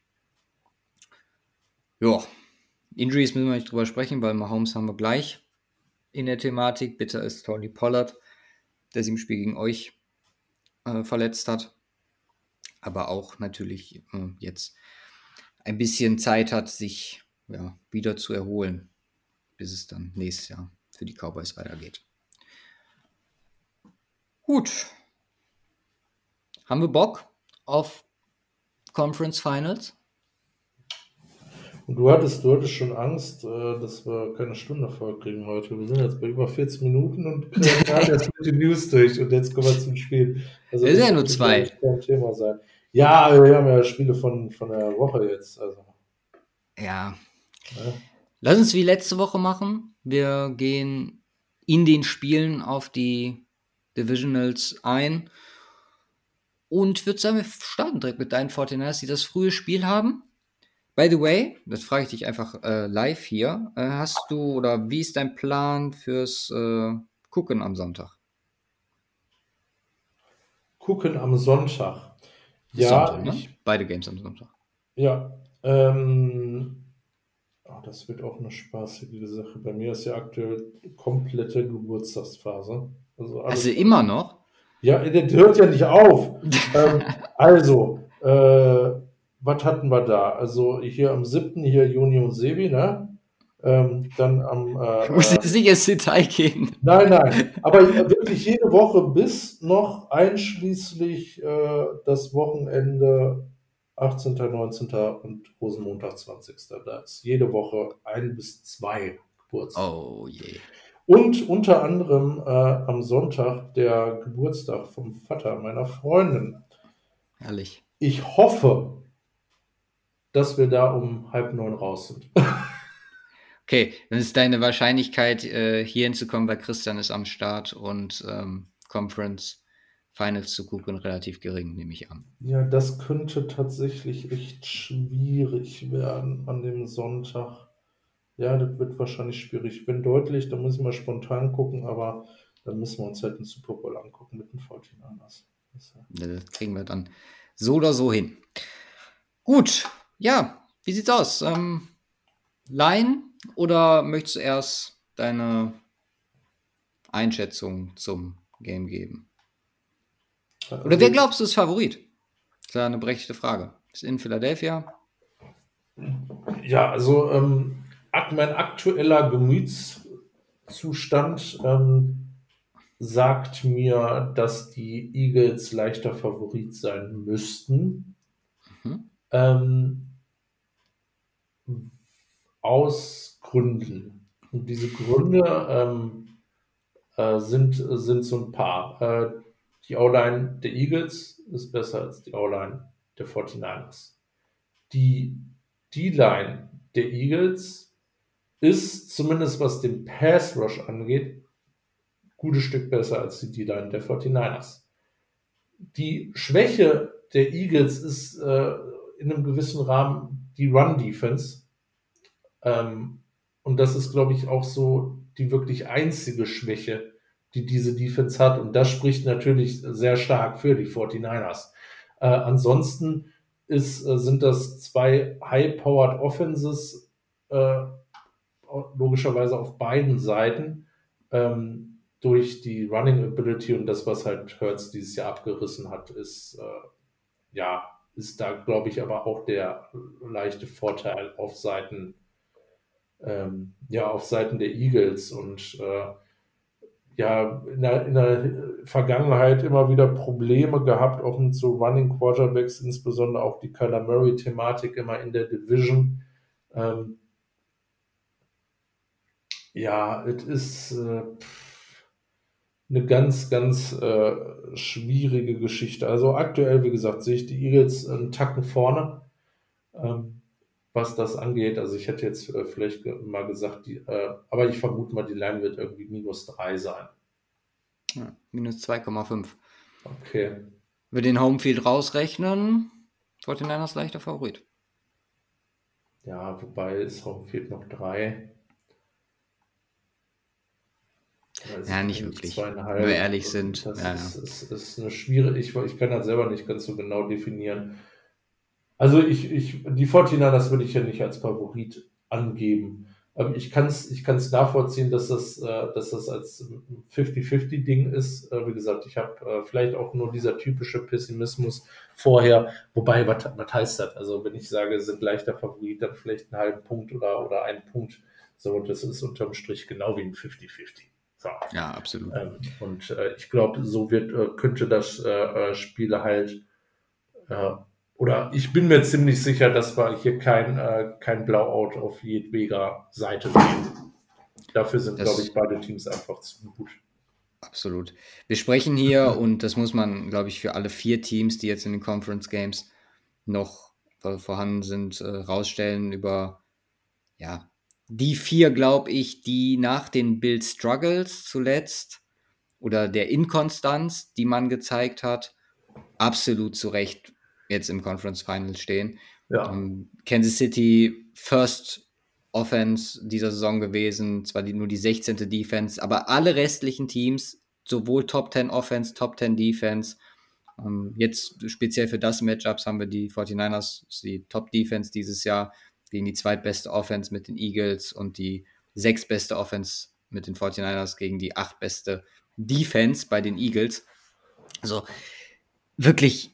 Ja, Injuries müssen wir nicht drüber sprechen, weil Mahomes haben wir gleich in der Thematik. Bitter ist Tony Pollard, der sich im Spiel gegen euch äh, verletzt hat, aber auch natürlich äh, jetzt ein bisschen Zeit hat, sich ja, wieder zu erholen, bis es dann nächstes Jahr für die Cowboys weitergeht. Gut. Haben wir Bock auf Conference Finals? Und du hattest, du hattest schon Angst, äh, dass wir keine Stunde voll kriegen heute. Wir sind jetzt bei über vierzig Minuten und kriegen gerade erst mit den News durch und jetzt kommen wir zum Spiel. Also Es ist das ja nur sollte, zwei. glaub ich, kein Thema sein. Ja, wir haben ja Spiele von, von der Woche jetzt. Also, Ja. ja. Lass uns wie letzte Woche machen. Wir gehen in den Spielen auf die Divisionals ein. Und ich würde sagen, wir starten direkt mit deinen forty-niners, die das frühe Spiel haben. By the way, das frage ich dich einfach äh, live hier. Äh, hast du oder wie ist dein Plan fürs äh, Gucken am Sonntag? Gucken am Sonntag. Ist Ja, Sonntag, ne? ich, Beide Games am Sonntag. ja, ähm, oh, das wird auch eine spaßige Sache. Bei mir ist ja aktuell komplette Geburtstagsphase. Also alles, Also immer noch? ja, das hört ja nicht auf. ähm, also, äh, was hatten wir da? Also hier am siebten hier Juni und Sebi, ne? Ähm, dann am äh, Du musst äh, jetzt nicht ins Detail gehen. Nein, nein, aber wirklich jede Woche bis noch einschließlich äh, das Wochenende achtzehnten, neunzehnten und Rosenmontag zwanzigsten Da ist jede Woche ein bis zwei Geburtstage. Oh je. Und unter anderem äh, am Sonntag der Geburtstag vom Vater meiner Freundin. Herrlich. Ich hoffe, dass wir da um halb neun raus sind. Okay, dann ist deine Wahrscheinlichkeit, äh, hier hinzukommen, weil Christian ist am Start und ähm, Conference Finals zu gucken, relativ gering, nehme ich an. Ja, das könnte tatsächlich echt schwierig werden an dem Sonntag. Ja, das wird wahrscheinlich schwierig. Ich bin deutlich, da müssen wir spontan gucken, aber dann müssen wir uns halt den Super Bowl angucken mit den forty-niners. Das kriegen wir dann so oder so hin. Gut, ja, wie sieht's aus? Ähm, Line oder möchtest du erst deine Einschätzung zum Game geben? Oder Also, wer glaubst du ist Favorit? Das ist ja eine berechtigte Frage. Ist in Philadelphia? Ja, also ähm, mein aktueller Gemütszustand ähm, sagt mir, dass die Eagles leichter Favorit sein müssten. Mhm. Ähm, aus Gründen. Und diese Gründe ähm, äh, sind, sind so ein paar. Äh, die O-Line der Eagles ist besser als die O-Line der forty-niners. Die D-Line der Eagles ist, zumindest was den Pass-Rush angeht, ein gutes Stück besser als die D-Line der forty-niners. Die Schwäche der Eagles ist äh, in einem gewissen Rahmen die Run-Defense. Ähm, und das ist, glaube ich, auch so die wirklich einzige Schwäche, die diese Defense hat. Und das spricht natürlich sehr stark für die forty-niners. Äh, ansonsten ist, äh, sind das zwei high-powered Offenses, äh, logischerweise auf beiden Seiten, ähm, durch die Running Ability und das, was halt Hurts dieses Jahr abgerissen hat, ist, äh, ja, ist da, glaube ich, aber auch der leichte Vorteil auf Seiten ähm, ja, auf Seiten der Eagles und äh, ja, in der, in der Vergangenheit immer wieder Probleme gehabt, auch mit so Running Quarterbacks, insbesondere auch die Kyler Murray-Thematik immer in der Division. Ähm, ja, es ist äh, eine ganz, ganz äh, schwierige Geschichte. Also aktuell, wie gesagt, sehe ich die Eagles einen Tacken vorne. Ähm, was das angeht. Also ich hätte jetzt äh, vielleicht mal gesagt, die, äh, aber ich vermute mal, die Line wird irgendwie minus drei sein. Ja, minus zwei Komma fünf. Okay. Wir den Homefield rausrechnen, forty-niners leichter Favorit. Ja, wobei es fehlt noch drei. Also Ja, nicht eigentlich wirklich. Wenn wir zweieinhalb. ehrlich sind. Das Ja, ja. ist, ist, ist eine schwierige, ich, ich kann das selber nicht ganz so genau definieren. Also ich, ich, die Fortinanders würde ich ja nicht als Favorit angeben. Ähm, ich kann es ich kann's nachvollziehen, dass das, äh, dass das als fünfzig fünfzig-Ding ist. Äh, wie gesagt, ich habe äh, vielleicht auch nur dieser typische Pessimismus vorher. Wobei, was was heißt das? Also wenn ich sage, sind leichter Favorit, dann vielleicht einen halben Punkt oder, oder einen Punkt. So, das ist unterm Strich genau wie ein fünfzig fünfzig. So. Ja, absolut. Ähm, und äh, ich glaube, so wird, äh, könnte das äh, äh, Spiel halt, äh, oder ich bin mir ziemlich sicher, dass wir hier kein, äh, kein Blowout auf jedweder Seite sehen. Dafür sind, glaube ich, Das beide Teams einfach zu gut. absolut. Wir sprechen hier, und das muss man, glaube ich, für alle vier Teams, die jetzt in den Conference Games noch äh, vorhanden sind, äh, rausstellen über, ja, die vier, glaube ich, die nach den Build Struggles zuletzt oder der Inkonstanz, die man gezeigt hat, absolut zu Recht jetzt im Conference Final stehen. Ja, Ähm, Kansas City First Offense dieser Saison gewesen, zwar die, nur die sechzehnte Defense, aber alle restlichen Teams, sowohl Top zehn Offense, Top zehn Defense, ähm, jetzt speziell für das Matchups haben wir die forty-niners, die Top Defense dieses Jahr, gegen die zweitbeste Offense mit den Eagles und die sechstbeste Offense mit den forty-niners gegen die achtbeste Defense bei den Eagles. Also wirklich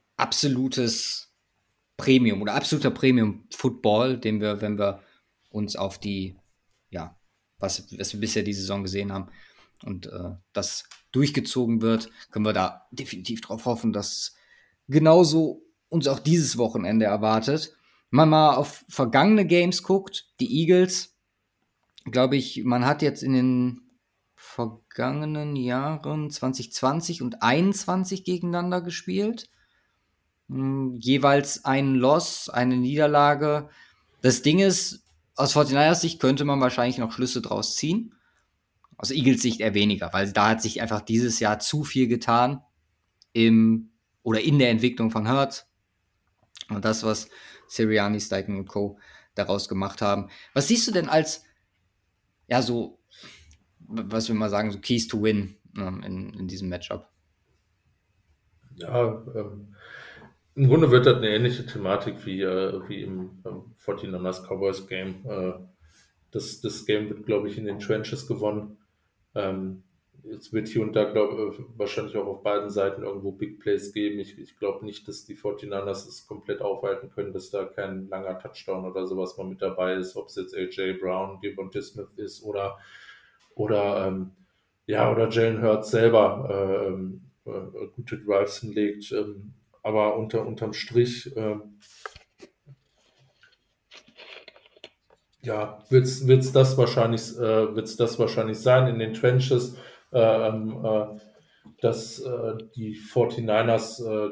absolutes Premium oder absoluter Premium-Football, den wir, wenn wir uns auf die, ja, was, was wir bisher die Saison gesehen haben und äh, das durchgezogen wird, können wir da definitiv drauf hoffen, dass genauso uns auch dieses Wochenende erwartet. Wenn man mal auf vergangene Games guckt, die Eagles, glaube ich, man hat jetzt in den vergangenen Jahren zwanzig zwanzig und einundzwanzig gegeneinander gespielt. Hm, jeweils ein Loss, eine Niederlage. Das Ding ist, aus forty-niners Sicht könnte man wahrscheinlich noch Schlüsse draus ziehen. Aus Eagles Sicht eher weniger, weil da hat sich einfach dieses Jahr zu viel getan im oder in der Entwicklung von Hurts. Und das, was Sirianni, Steichen und Co. daraus gemacht haben. Was siehst du denn als, ja, so, was wir mal sagen, so Keys to Win ähm, in, in diesem Matchup? ja ähm, im Grunde wird das eine ähnliche Thematik wie, äh, wie im ähm, forty-niners Cowboys Game. Äh, das, das Game wird, glaube ich, in den Trenches gewonnen. Ähm, es wird hier und da, glaube ich, wahrscheinlich auch auf beiden Seiten irgendwo Big Plays geben. Ich, ich glaube nicht, dass die forty-niners es komplett aufhalten können, dass da kein langer Touchdown oder sowas mal mit dabei ist, ob es jetzt A J Brown, Devontae Smith ist oder, oder, ähm, ja, oder Jalen Hurts selber äh, ähm, äh, gute Drives hinlegt. Ähm, aber unter, unterm Strich ähm, ja, wird es das wahrscheinlich, äh, wird's das wahrscheinlich sein in den Trenches, äh, ähm, äh, dass äh, die forty-niners äh,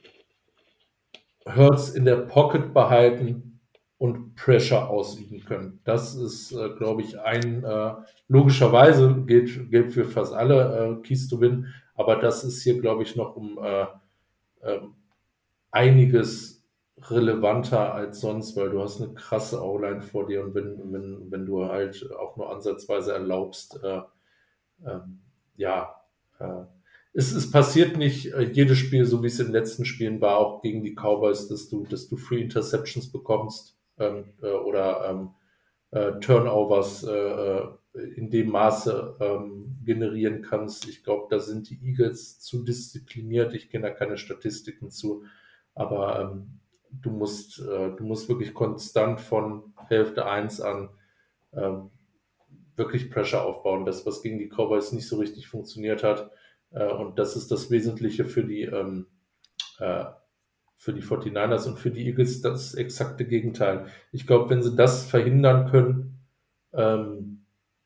Hurts in der Pocket behalten und Pressure ausüben können. Das ist, äh, glaube ich, ein, äh, logischerweise gilt, gilt für fast alle äh, Keys to Win, aber das ist hier, glaube ich, noch um äh, äh, einiges relevanter als sonst, weil du hast eine krasse O-Line vor dir und wenn, wenn, wenn du halt auch nur ansatzweise erlaubst, äh, ähm, ja, äh, es, es passiert nicht äh, jedes Spiel, so wie es in den letzten Spielen war, auch gegen die Cowboys, dass du, dass du Free Interceptions bekommst ähm, äh, oder ähm, äh, Turnovers äh, äh, in dem Maße ähm, generieren kannst. Ich glaube, da sind die Eagles zu diszipliniert. Ich kenne da keine Statistiken zu, aber ähm, du musst, äh, du musst wirklich konstant von Hälfte eins an ähm, wirklich Pressure aufbauen. Das, was gegen die Cowboys nicht so richtig funktioniert hat. Äh, und das ist das Wesentliche für die, ähm, äh, für die forty-niners und für die Eagles das exakte Gegenteil. Ich glaube, wenn sie das verhindern können ähm,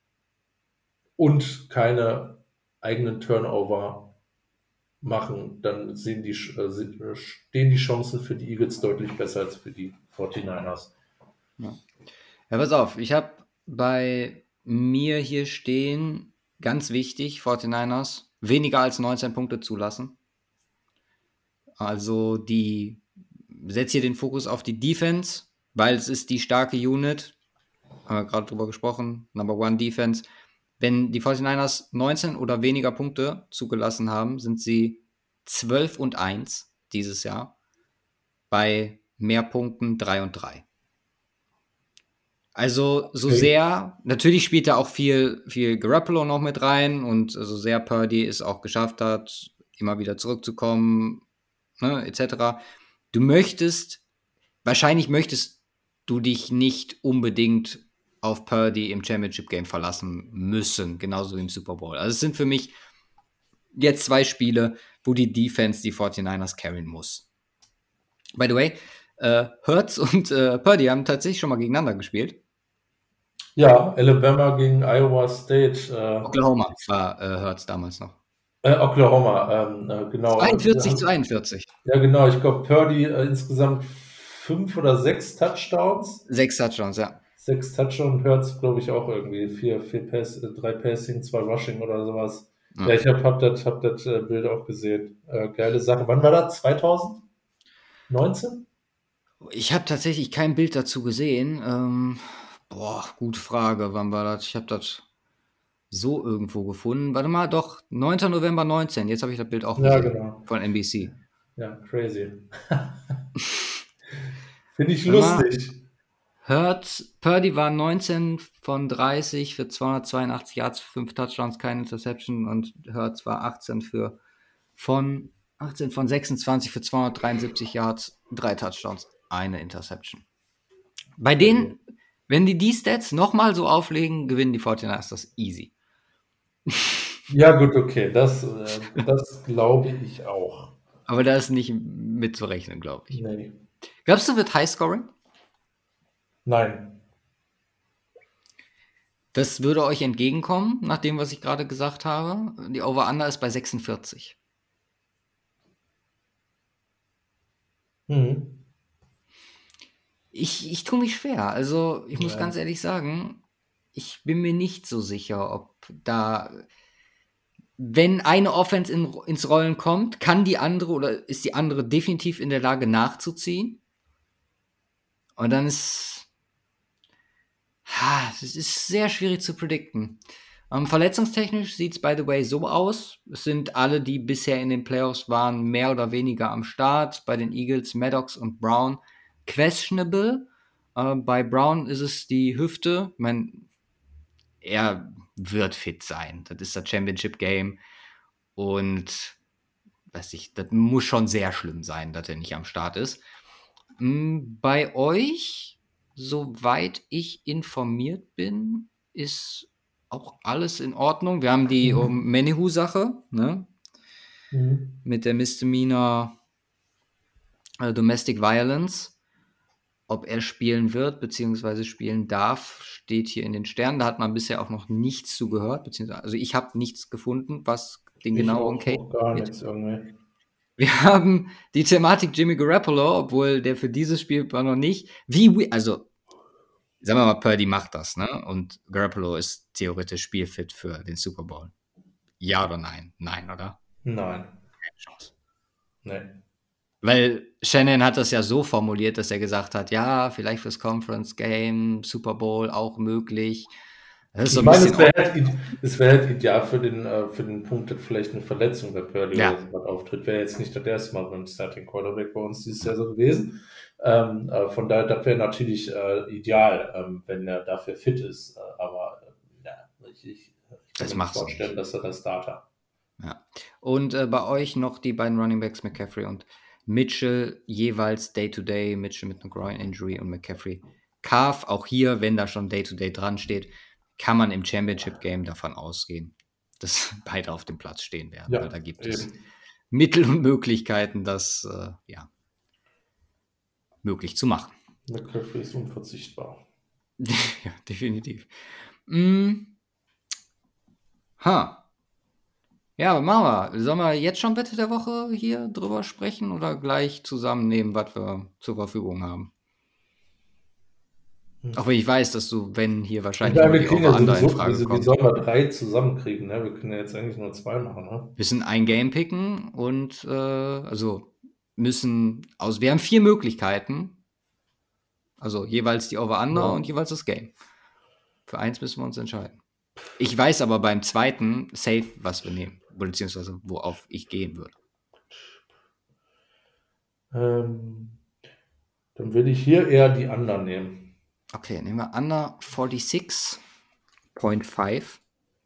und keine eigenen Turnover machen, dann sehen die, äh, stehen die Chancen für die Eagles deutlich besser als für die forty-niners. Ja. Ja, pass auf, ich habe bei mir hier stehen, ganz wichtig, forty-niners, weniger als neunzehn Punkte zulassen. Also die setzt hier den Fokus auf die Defense weil es ist die starke Unit, haben wir gerade drüber gesprochen, Number One Defense. Wenn die forty-niners neunzehn oder weniger Punkte zugelassen haben, sind sie zwölf und eins dieses Jahr. Bei mehr Punkten drei und drei. Also so Okay. sehr, natürlich spielt da auch viel, viel Garoppolo noch mit rein und so sehr Purdy es auch geschafft hat, immer wieder zurückzukommen, ne, et cetera. Du möchtest, wahrscheinlich möchtest du dich nicht unbedingt auf Purdy im Championship-Game verlassen müssen, genauso wie im Super Bowl. Also es sind für mich jetzt zwei Spiele, wo die Defense die forty-niners carryen muss. By the way, äh, Hurts und äh, Purdy haben tatsächlich schon mal gegeneinander gespielt. Ja, Alabama gegen Iowa State. Äh, Oklahoma war äh, Hurts damals noch. äh, Oklahoma, ähm, äh, genau. zweiundvierzig zu einundvierzig. Ja, genau. Ich glaube, Purdy äh, insgesamt fünf oder sechs Touchdowns. Sechs Touchdowns, ja. Sechs Touchdowns, Hurts, glaube ich, auch irgendwie. Vier, vier Pass, äh, drei Passing, zwei Rushing oder sowas. Ja, ja ich habe hab das hab das, äh, Bild auch gesehen. Äh, geile Sache. Wann war das? zwanzig neunzehn? Ich habe tatsächlich kein Bild dazu gesehen. Ähm, boah, gute Frage. Wann war das? Ich habe das so irgendwo gefunden. Warte mal, doch, neunter November neunzehn. Jetzt habe ich das Bild auch Ja, gesehen. genau. Von N B C. Ja, crazy. Finde ich Warte mal. lustig. Hurts, Purdy war neunzehn von dreißig für zweihundertzweiundachtzig Yards, fünf Touchdowns, keine Interception, und Hurts war achtzehn für von achtzehn von sechsundzwanzig für zweihundertdreiundsiebzig Yards, drei Touchdowns, eine Interception. Bei denen, wenn die die Stats nochmal so auflegen, gewinnen die forty-niners das easy. Ja, gut, okay. Das, äh, das glaube ich auch. Aber da ist nicht mitzurechnen, glaube ich. Nee. Glaubst du, wird Highscoring? Nein. Das würde euch entgegenkommen, nach dem, was ich gerade gesagt habe. Die Over-Under ist bei sechsundvierzig. Mhm. Ich, ich tue mich schwer. Also, ich muss Ja. ganz ehrlich sagen, ich bin mir nicht so sicher, ob da, wenn eine Offense in, ins Rollen kommt, kann die andere oder ist die andere definitiv in der Lage nachzuziehen. Und dann ist, ha, das ist sehr schwierig zu predikten. Ähm, verletzungstechnisch sieht es, by the way, so aus. Es sind alle, die bisher in den Playoffs waren, mehr oder weniger am Start. Bei den Eagles, Maddox und Brown questionable. Äh, bei Brown ist es die Hüfte. Ich meine, er wird fit sein. Das ist das Championship-Game. Und weiß ich, das muss schon sehr schlimm sein, dass er nicht am Start ist. Bei euch, soweit ich informiert bin, ist auch alles in Ordnung. Wir haben die Mhm. um Menehu-Sache, ne? Mhm. Mit der Misdemeanor äh, Domestic Violence. Ob er spielen wird, beziehungsweise spielen darf, steht hier in den Sternen. Da hat man bisher auch noch nichts zu gehört, beziehungsweise, also ich habe nichts gefunden, was den Ich genauen auch Case noch gar geht. nichts irgendwie. Wir haben die Thematik Jimmy Garoppolo, obwohl der für dieses Spiel war noch nicht. Wie, also, sagen wir mal, Purdy macht das, ne? Und Garoppolo ist theoretisch spielfit für den Super Bowl. Ja oder nein? Nein, oder? Nein. Keine Chance. Nee. Weil Shannon hat das ja so formuliert, dass er gesagt hat, ja, vielleicht fürs Conference Game, Super Bowl auch möglich. Das ist so Ich ein meine, bisschen es wäre halt, ide- es wär halt ideal für den, äh, für den Punkt, dass vielleicht eine Verletzung bei Purdy Ja. oder so was auftritt. Wäre jetzt nicht das erste Mal beim Starting Quarterback bei uns dieses Jahr so gewesen. Ähm, äh, von daher, das wäre natürlich äh, ideal, ähm, wenn er dafür fit ist. Äh, aber äh, ja, ich, ich, ich kann Das mir nicht machst du vorstellen, nicht. dass er das Starter. Ja. Und äh, bei euch noch die beiden Running Backs, McCaffrey und Mitchell, jeweils Day-to-Day, Mitchell mit einer Groin-Injury und McCaffrey Calf. Auch hier, wenn da schon Day-to-Day dran steht, kann man im Championship-Game davon ausgehen, dass beide auf dem Platz stehen werden. Ja, Weil da gibt es eben. Mittel und Möglichkeiten, das äh, ja, möglich zu machen. McCaffrey ist unverzichtbar. Ja, definitiv. Mm. Ha. Ja, machen wir. Sollen wir jetzt schon Wette der Woche hier drüber sprechen oder gleich zusammennehmen, was wir zur Verfügung haben? Hm. Auch wenn ich weiß, dass du, wenn hier Ich wahrscheinlich meine, nur wir die kriegen ja Over-Under in sowieso, Frage wie, wie kommt. sollen wir drei zusammenkriegen? Ne? Wir können ja jetzt eigentlich nur zwei machen. Ne? Wir müssen ein Game picken und äh, also müssen aus. Wir haben vier Möglichkeiten. Also jeweils die Over-Under Ja. und jeweils das Game. Für eins müssen wir uns entscheiden. Ich weiß aber beim zweiten safe, was wir nehmen. Beziehungsweise worauf ich gehen würde. Ähm, dann würde ich hier eher die anderen nehmen. Okay, nehmen wir Under sechsundvierzig Komma fünf.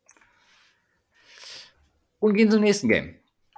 Und gehen zum nächsten Game.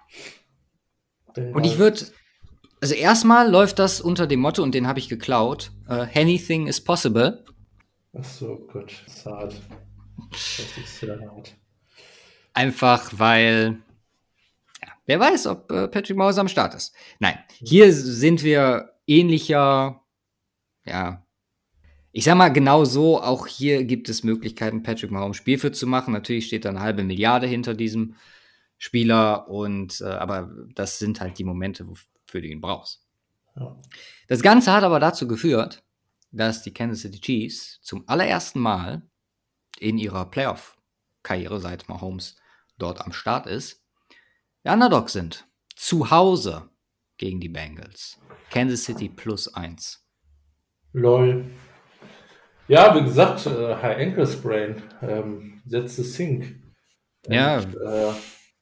Der Und ich würde, also erstmal läuft das unter dem Motto, und den habe ich geklaut, uh, anything is possible. Ach so, Gott, das ist hart. Das ist sehr hart. Einfach weil, ja, wer weiß, ob äh, Patrick Mahomes am Start ist. Nein, hier sind wir ähnlicher, ja, ich sag mal genau so, auch hier gibt es Möglichkeiten, Patrick Mahomes spielfit zu machen. Natürlich steht da eine halbe Milliarde hinter diesem Spieler, und äh, aber das sind halt die Momente, wofür du ihn brauchst. Ja. Das Ganze hat aber dazu geführt, dass die Kansas City Chiefs zum allerersten Mal in ihrer Playoff-Karriere, seit Mahomes dort am Start ist, der Underdog sind. Zu Hause gegen die Bengals. Kansas City plus eins. Lol. Ja, wie gesagt, äh, High Ankle Sprain, ähm, setze Sync. Ja. Und, äh,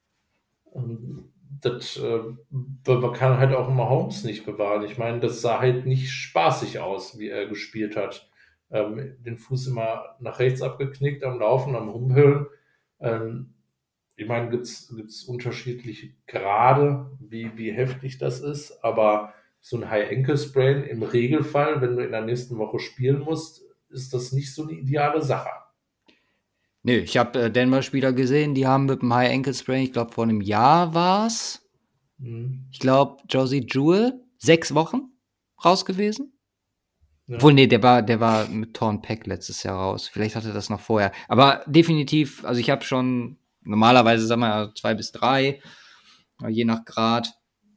und das äh, man kann halt auch Mahomes nicht bewahren. Ich meine, das sah halt nicht spaßig aus, wie er gespielt hat. Ähm, den Fuß immer nach rechts abgeknickt, am Laufen, am Humpeln. Ähm, ich meine, gibt es unterschiedliche Grade, wie, wie heftig das ist, aber so ein High Ankle Sprain im Regelfall, wenn du in der nächsten Woche spielen musst, ist das nicht so eine ideale Sache. Nö, ich habe äh, Denver-Spieler gesehen, die haben mit dem High Ankle Sprain, ich glaube vor einem Jahr war es, Mhm. ich glaube Josie Jewell, sechs Wochen raus gewesen. Ja. Obwohl, nee, der war, der war mit Torn Peck letztes Jahr raus. Vielleicht hatte das noch vorher. Aber definitiv, also ich habe schon normalerweise, sagen wir, zwei bis drei, je nach Grad.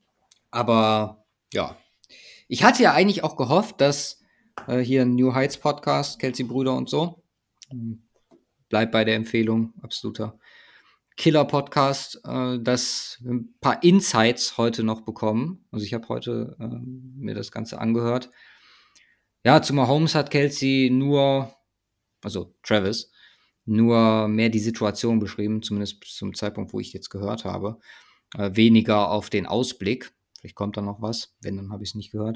Aber ja, ich hatte ja eigentlich auch gehofft, dass äh, hier ein New Heights Podcast, Kelsey Brüder und so, bleibt bei der Empfehlung, absoluter Killer-Podcast, äh, dass wir ein paar Insights heute noch bekommen. Also ich habe heute äh, mir das Ganze angehört. Ja, zu Mahomes hat Kelsey nur, also Travis, nur mehr die Situation beschrieben, zumindest bis zum Zeitpunkt, wo ich jetzt gehört habe. Äh, weniger auf den Ausblick. Vielleicht kommt da noch was. Wenn, dann habe ich es nicht gehört.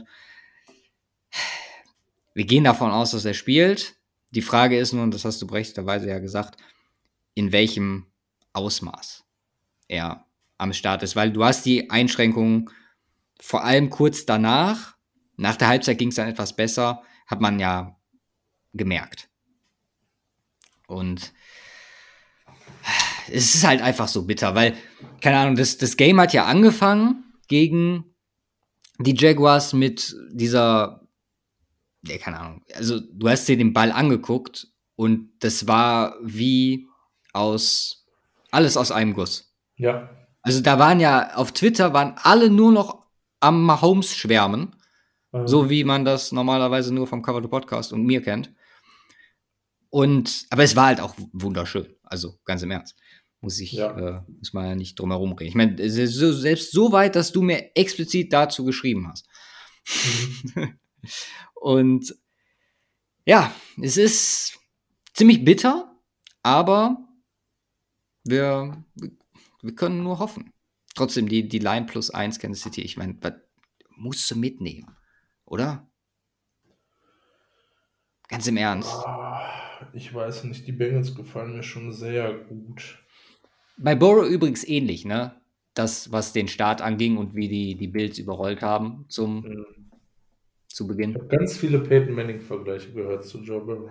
Wir gehen davon aus, dass er spielt. Die Frage ist nur, und das hast du berechtigterweise ja gesagt, in welchem Ausmaß er am Start ist. Weil du hast die Einschränkungen vor allem kurz danach, nach der Halbzeit ging es dann etwas besser, hat man ja gemerkt. Und es ist halt einfach so bitter, weil, keine Ahnung, das, das Game hat ja angefangen gegen die Jaguars mit dieser, ja, keine Ahnung, also du hast dir den Ball angeguckt und das war wie aus, alles aus einem Guss. Ja. Also da waren ja, auf Twitter waren alle nur noch am Mahomes schwärmen, mhm. so wie man das normalerweise nur vom Cover to Podcast und mir kennt. Und, aber es war halt auch wunderschön, also ganz im Ernst. Muss ich, ja. äh, muss man ja nicht drum herum reden. Ich meine, selbst so weit, dass du mir explizit dazu geschrieben hast. Mhm. Und ja, es ist ziemlich bitter, aber wir, wir können nur hoffen. Trotzdem, die, die Line plus eins Kansas City, ich meine, was musst du mitnehmen, oder? Ganz im Ernst. Ich weiß nicht, die Bengals gefallen mir schon sehr gut. Bei Burrow übrigens ähnlich, ne? Das, was den Start anging und wie die, die Bills überrollt haben zum, mhm. zu Beginn. Ich habe ganz viele Peyton Manning-Vergleiche gehört zu Joe Burrow.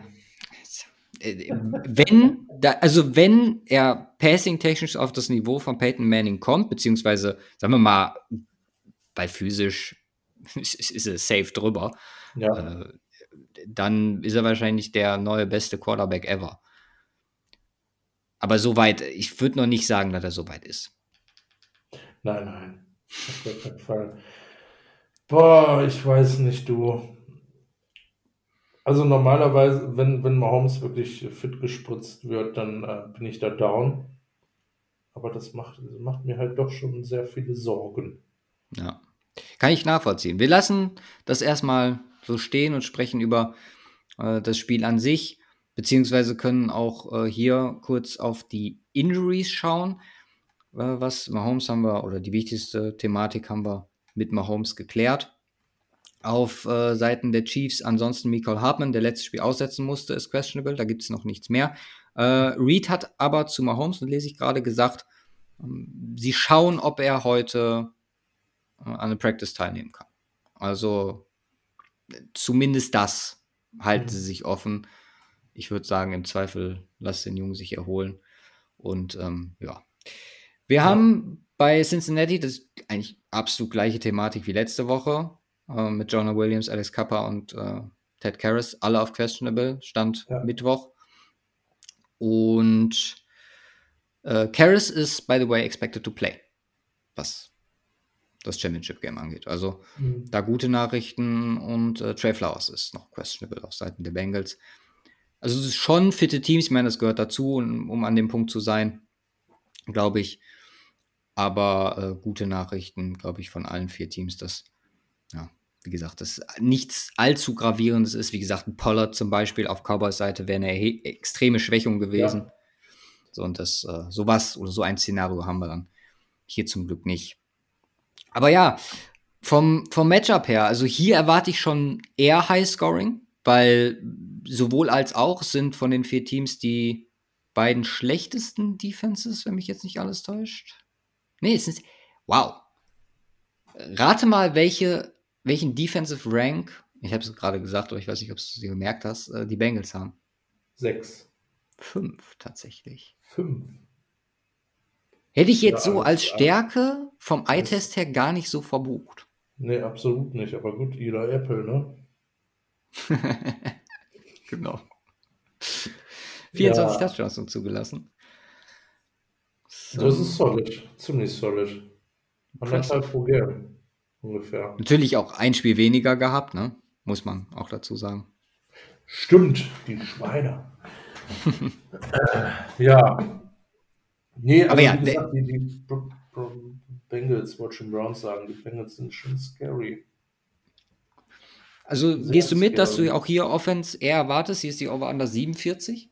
Wenn, da, also wenn er passing-technisch auf das Niveau von Peyton Manning kommt, beziehungsweise, sagen wir mal, bei physisch ist er safe drüber, ja. äh, dann ist er wahrscheinlich der neue beste Quarterback ever. Aber so weit, ich würde noch nicht sagen, dass er so weit ist. Nein, nein, auf gar keinen Fall. Boah, ich weiß nicht, du. Also normalerweise, wenn, wenn Mahomes wirklich fit gespritzt wird, dann äh, bin ich da down. Aber das macht, das macht mir halt doch schon sehr viele Sorgen. Ja, kann ich nachvollziehen. Wir lassen das erstmal so stehen und sprechen über äh, das Spiel an sich, beziehungsweise können auch äh, hier kurz auf die Injuries schauen. Äh, was Mahomes haben wir, oder die wichtigste Thematik haben wir mit Mahomes geklärt. Auf äh, Seiten der Chiefs ansonsten Mecole Hardman, der letztes Spiel aussetzen musste, ist questionable, da gibt es noch nichts mehr. Äh, Reed hat aber zu Mahomes, und lese ich gerade, gesagt, ähm, sie schauen, ob er heute äh, an der Practice teilnehmen kann. Also zumindest das halten sie sich offen. Ich würde sagen, im Zweifel lass den Jungen sich erholen. Und ähm, ja. Wir Ja. haben bei Cincinnati das eigentlich absolut gleiche Thematik wie letzte Woche. Äh, mit Jonah Williams, Alex Kappa und äh, Ted Karras, alle auf questionable, Stand Ja. Mittwoch. Und äh, Karras is, by the way, expected to play, was das Championship-Game angeht. Also Mhm. da gute Nachrichten, und äh, Trey Flowers ist noch questionable auf Seiten der Bengals. Also es ist schon fitte Teams, ich meine, das gehört dazu, um, um an dem Punkt zu sein, glaube ich. Aber äh, gute Nachrichten, glaube ich, von allen vier Teams, dass, ja, wie gesagt, das nichts allzu Gravierendes ist. Wie gesagt, ein Pollard zum Beispiel auf Cowboys Seite wäre eine he- extreme Schwächung gewesen. Ja. So, und das, äh, sowas oder so ein Szenario haben wir dann hier zum Glück nicht. Aber ja, vom, vom Matchup her, also hier erwarte ich schon eher High-Scoring, weil sowohl als auch sind von den vier Teams die beiden schlechtesten Defenses, wenn mich jetzt nicht alles täuscht. Nee, es ist. Wow. Rate mal, welche, welchen Defensive Rank, ich habe es gerade gesagt, aber ich weiß nicht, ob du es dir gemerkt hast, äh, die Bengals haben. Sechs. Fünf tatsächlich. Fünf. Hätte ich jetzt Ja, so alles als klar. Stärke vom Alles- Eye-Test her gar nicht so verbucht. Nee, absolut nicht. Aber gut, Eli Apple, ne? Genau. vierundzwanzig Ja, Touchdowns sind zugelassen. das ist Ähm, solid. Ziemlich solid. Anderthalb impressive. pro Game. Ungefähr. Natürlich auch ein Spiel weniger gehabt, ne? Muss man auch dazu sagen. Stimmt, die Schweine. Ja. Nee, Aber also ja, wie der, gesagt, die, die Br- Br- Bengals, wollte schon Browns sagen, die Bengals sind schon scary. also Sehr gehst du mit, dass du scary. auch hier Offense eher erwartest? Hier ist die Over-Under siebenundvierzig.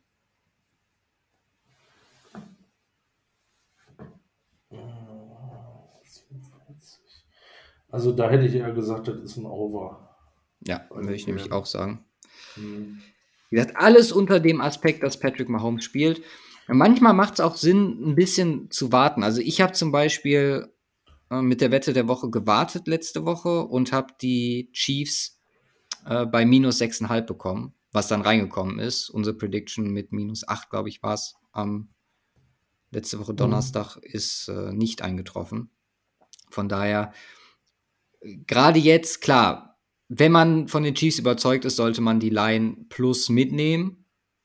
Also da hätte ich eher gesagt, das ist ein Over. Ja, Also, würde ich nämlich ja. auch sagen. Hm. Wie gesagt, alles unter dem Aspekt, dass Patrick Mahomes spielt. Manchmal macht es auch Sinn, ein bisschen zu warten. Also ich habe zum Beispiel äh, mit der Wette der Woche gewartet letzte Woche und habe die Chiefs äh, bei minus sechs Komma fünf bekommen, was dann reingekommen ist. Unsere Prediction mit minus acht, glaube ich, war es am letzte Woche Donnerstag, ist äh, nicht eingetroffen. Von daher, gerade jetzt, klar, wenn man von den Chiefs überzeugt ist, sollte man die Line plus mitnehmen.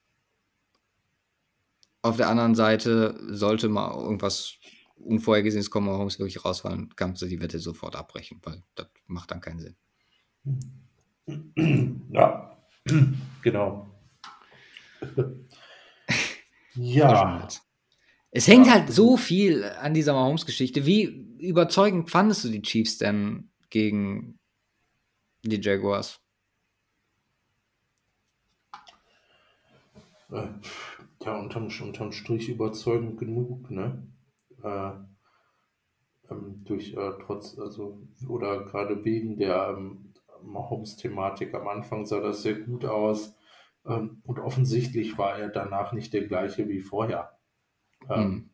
Auf der anderen Seite sollte mal irgendwas Unvorhergesehenes kommen, Mahomes wirklich rausfallen, kannst du die Wette sofort abbrechen, weil das macht dann keinen Sinn. Ja, genau. Frosch im Ja, Hals. Es hängt ja, halt so viel an dieser Mahomes-Geschichte. Wie überzeugend fandest du die Chiefs denn gegen die Jaguars? äh, ja, unterm, unterm Strich überzeugend genug, ne? Äh, ähm, durch äh, trotz, also, oder gerade wegen der ähm, Mahomes-Thematik am Anfang sah das sehr gut aus. Ähm, und offensichtlich war er danach nicht der gleiche wie vorher. Ähm, Hm.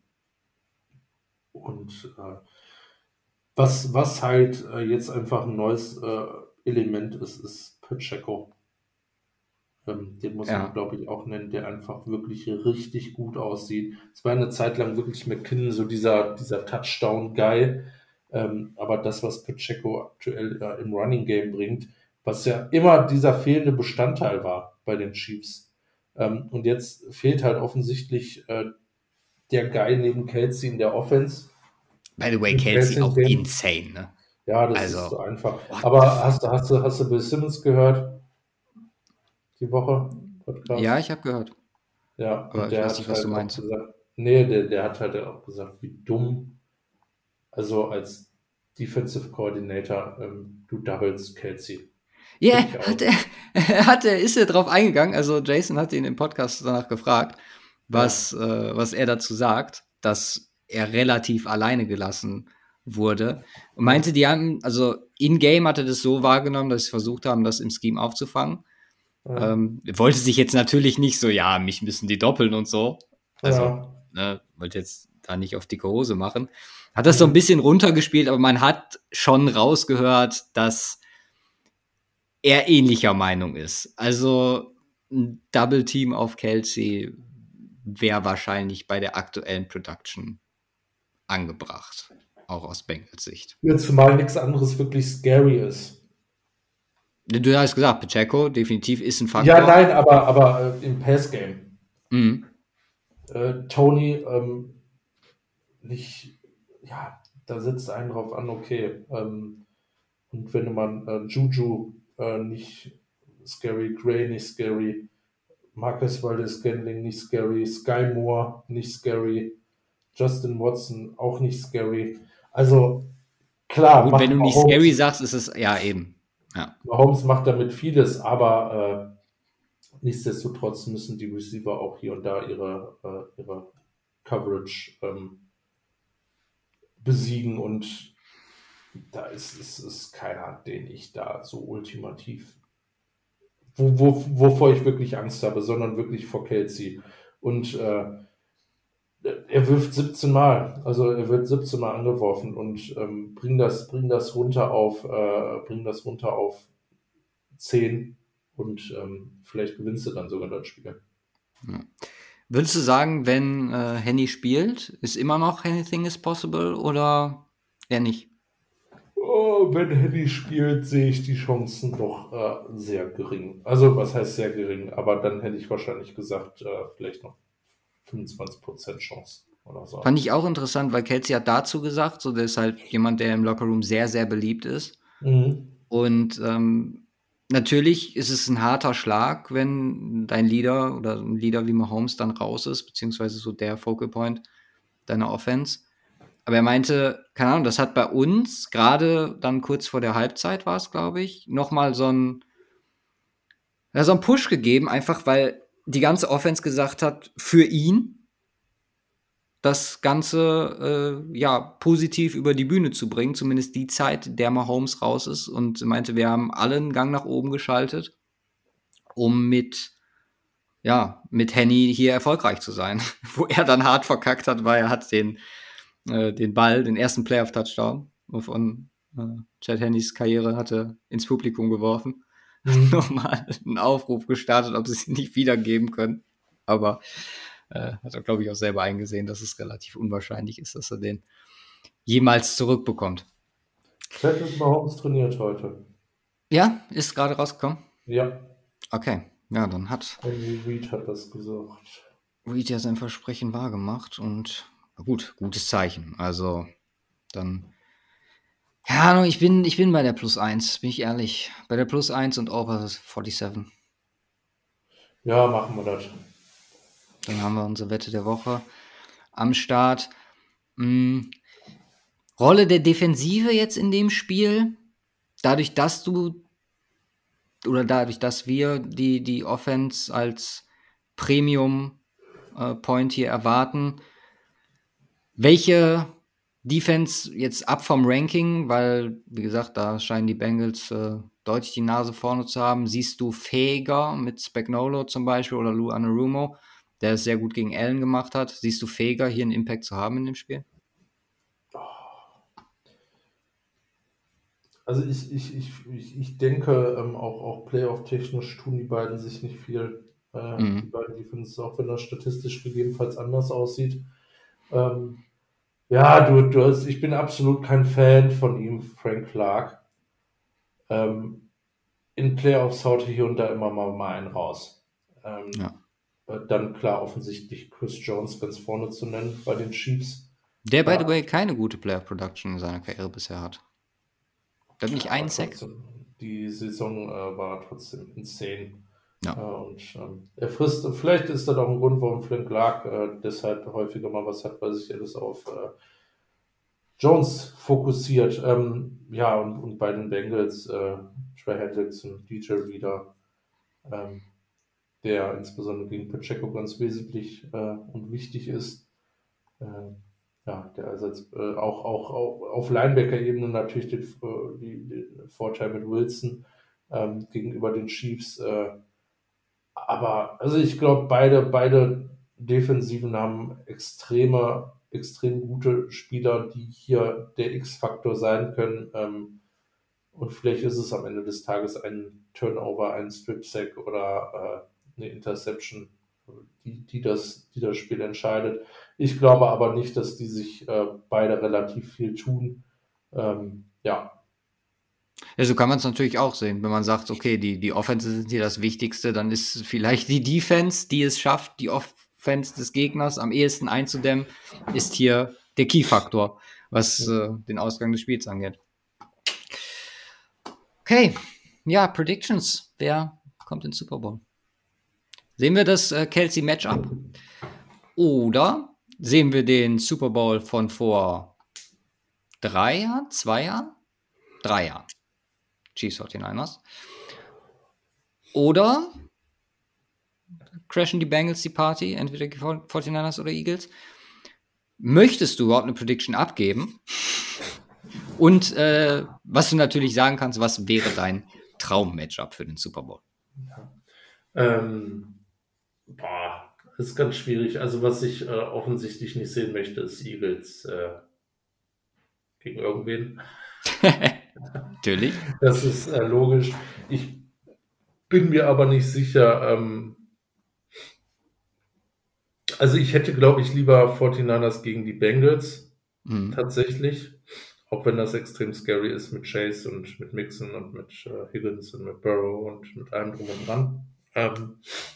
und äh, was, was halt äh, jetzt einfach ein neues äh, Element ist, ist Pacheco. Ähm, den muss man, Ja. glaube ich, auch nennen, der einfach wirklich richtig gut aussieht. Es war eine Zeit lang wirklich McKinnon, so dieser, dieser Touchdown-Guy. Ähm, aber das, was Pacheco aktuell äh, im Running Game bringt, was ja immer dieser fehlende Bestandteil war bei den Chiefs. Ähm, und jetzt fehlt halt offensichtlich äh, der Guy neben Kelsey in der Offense. By the way, Im Kelsey Passing auch Game. insane, ne? Ja, das ist Also, so einfach. what the Aber fuck? hast du, hast du, hast du Bill Simmons gehört die Woche? Ja, Podcast? ich habe gehört. Ja, Aber und ich der weiß nicht, hat was du halt auch meinst. gesagt, nee, der, der hat halt auch gesagt, wie dumm, also als Defensive Coordinator, ähm, du doubles Kelsey. Ja, Finde yeah, ich hat auch. er, hat er, ist er drauf eingegangen. Also Jason hat ihn im Podcast danach gefragt, Ja. was, äh, was er dazu sagt, dass er relativ alleine gelassen wurde. Und Ja. meinte, die haben, also in-game hat er das so wahrgenommen, dass sie versucht haben, das im Scheme aufzufangen. Ja. Ähm, wollte sich jetzt natürlich nicht so, ja, mich müssen die doppeln und so. Also, Ja. ne, wollte jetzt da nicht auf dicke Hose machen. Hat das so ein Mhm. bisschen runtergespielt, aber man hat schon rausgehört, dass er ähnlicher Meinung ist. Also ein Double Team auf Kelsey wäre wahrscheinlich bei der aktuellen Production angebracht. Auch aus Bengals Sicht. Ja, zumal nichts anderes wirklich scary ist. Du hast gesagt, Pacheco definitiv ist ein Ja, Faktor. nein, aber, aber äh, im Pass-Game. Mhm. Äh, Tony ähm, nicht, ja, da setzt einen drauf an, okay. Ähm, und wenn man äh, Juju äh, nicht scary, Gray nicht scary, Marcus Valdez-Scantling nicht scary, Sky Moore nicht scary, Justin Watson auch nicht scary. Also klar, Gut, wenn macht du nicht scary Mahomes, sagst, ist es ja eben. Ja. Mahomes macht damit vieles, aber äh, nichtsdestotrotz müssen die Receiver auch hier und da ihre, äh, ihre Coverage ähm, besiegen und da ist, ist, ist keiner, den ich da so ultimativ, wo, wo, wovor ich wirklich Angst habe, sondern wirklich vor Kelsey. Und äh, er wirft siebzehn Mal, also er wird siebzehn Mal angeworfen und ähm, bring das, bring das runter auf, äh, bring das runter auf zehn und ähm, vielleicht gewinnst du dann sogar das Spiel. Ja. Würdest du sagen, wenn äh, Henny spielt, ist immer noch anything is possible oder eher nicht? Oh, wenn Henny spielt, sehe ich die Chancen doch äh, sehr gering. Also, was heißt sehr gering? Aber dann hätte ich wahrscheinlich gesagt, äh, vielleicht noch fünfundzwanzig Prozent Chance oder so. Fand ich auch interessant, weil Kelsey hat dazu gesagt, so der ist halt jemand, der im Lockerroom sehr, sehr beliebt ist. Mhm. Und ähm, natürlich ist es ein harter Schlag, wenn dein Leader oder ein Leader wie Mahomes dann raus ist, beziehungsweise so der Focal Point deiner Offense. Aber er meinte, keine Ahnung, das hat bei uns gerade dann kurz vor der Halbzeit war es, glaube ich, nochmal so ein, ja, so ein Push gegeben, einfach weil die ganze Offense gesagt hat, für ihn das Ganze äh, ja positiv über die Bühne zu bringen, zumindest die Zeit, der Mahomes raus ist. Und er meinte, wir haben alle einen Gang nach oben geschaltet, um mit ja mit Henny hier erfolgreich zu sein. Wo er dann hart verkackt hat, weil er hat den äh, den Ball, den ersten Playoff-Touchdown von äh, Chad Hennys Karriere hatte ins Publikum geworfen. Mhm. Nochmal einen Aufruf gestartet, ob sie es nicht wiedergeben können. Aber äh, hat er, glaube ich, auch selber eingesehen, dass es relativ unwahrscheinlich ist, dass er den jemals zurückbekommt. Patrick Mahomes trainiert heute. Ja, ist gerade rausgekommen. Ja, Okay, ja, dann hat Andy Reid hat das gesagt. Reed ja sein Versprechen wahrgemacht und na gut, gutes Zeichen. Also dann, ja, ich bin, ich bin bei der Plus eins, bin ich ehrlich. Bei der Plus eins und over siebenundvierzig. Ja, machen wir das. Dann haben wir unsere Wette der Woche am Start. Hm, Rolle der Defensive jetzt in dem Spiel, dadurch, dass du oder dadurch, dass wir die, die Offense als Premium äh, Point hier erwarten, welche Defense jetzt ab vom Ranking, weil, wie gesagt, da scheinen die Bengals äh, deutlich die Nase vorne zu haben, siehst du fähiger mit Spagnuolo zum Beispiel oder Lou Anarumo, der es sehr gut gegen Allen gemacht hat, siehst du fähiger, hier einen Impact zu haben in dem Spiel? Also ich, ich, ich, ich, ich denke, ähm, auch, auch Playoff-technisch tun die beiden sich nicht viel. Äh, die Mhm. beiden Defenses, auch wenn das statistisch gegebenenfalls anders aussieht. Ähm, ja, du, du hast, ich bin absolut kein Fan von ihm, Frank Clark. Ähm, in Playoffs haut er hier und da immer mal, mal einen raus. Ähm, Ja. äh, dann klar offensichtlich Chris Jones ganz vorne zu nennen bei den Chiefs. Der, by the Ja, way, keine gute Player-Production in seiner Karriere bisher hat. Der hat nicht einen aber Sack. trotzdem, die Saison äh, war trotzdem insane. Äh, Ja. und ähm, er frisst, vielleicht ist das auch ein Grund, warum Frank Clark äh, deshalb häufiger mal was hat, weil sich alles auf äh, Jones fokussiert. Ähm, ja, und, und bei den Bengals, äh, Trey Hendrickson, D J Reader, ähm, der insbesondere gegen Pacheco ganz wesentlich äh, und wichtig ist. Äh, ja, der Ersatz, äh, auch, auch, auch auf Linebacker-Ebene natürlich den, äh, die, den Vorteil mit Wilson ähm, gegenüber den Chiefs. Äh, aber also ich glaube, beide, beide Defensiven haben extreme, extrem gute Spieler, die hier der X-Faktor sein können. Ähm, und vielleicht ist es am Ende des Tages ein Turnover, ein Strip-Sack oder äh, eine Interception, die, die, das, die das Spiel entscheidet. Ich glaube aber nicht, dass die sich äh, beide relativ viel tun. Ähm, ja. Ja, so kann man es natürlich auch sehen. Wenn man sagt, okay, die, die Offense sind hier das Wichtigste, dann ist vielleicht die Defense, die es schafft, die Offense des Gegners am ehesten einzudämmen, ist hier der Key-Faktor, was äh, den Ausgang des Spiels angeht. Okay, ja, Predictions. Wer kommt ins Super Bowl? Sehen wir das äh, Kelsey-Matchup? Oder sehen wir den Super Bowl von vor drei Jahren, zwei Jahren? Drei Jahren. Chiefs forty-niners. Oder crashen die Bengals die Party, entweder die forty-niners oder Eagles? Möchtest du überhaupt eine Prediction abgeben? Und äh, was du natürlich sagen kannst, was wäre dein Traum-Matchup für den Super Bowl? Ja. Ähm, boah, das ist ganz schwierig. Also was ich äh, offensichtlich nicht sehen möchte, ist Eagles äh, gegen irgendwen. Natürlich. Das ist äh, logisch. Ich bin mir aber nicht sicher. Ähm, also ich hätte, glaube ich, lieber forty-niners gegen die Bengals. Mhm. Tatsächlich. Auch wenn das extrem scary ist mit Chase und mit Mixon und mit äh, Higgins und mit Burrow und mit allem drum und dran. Ähm,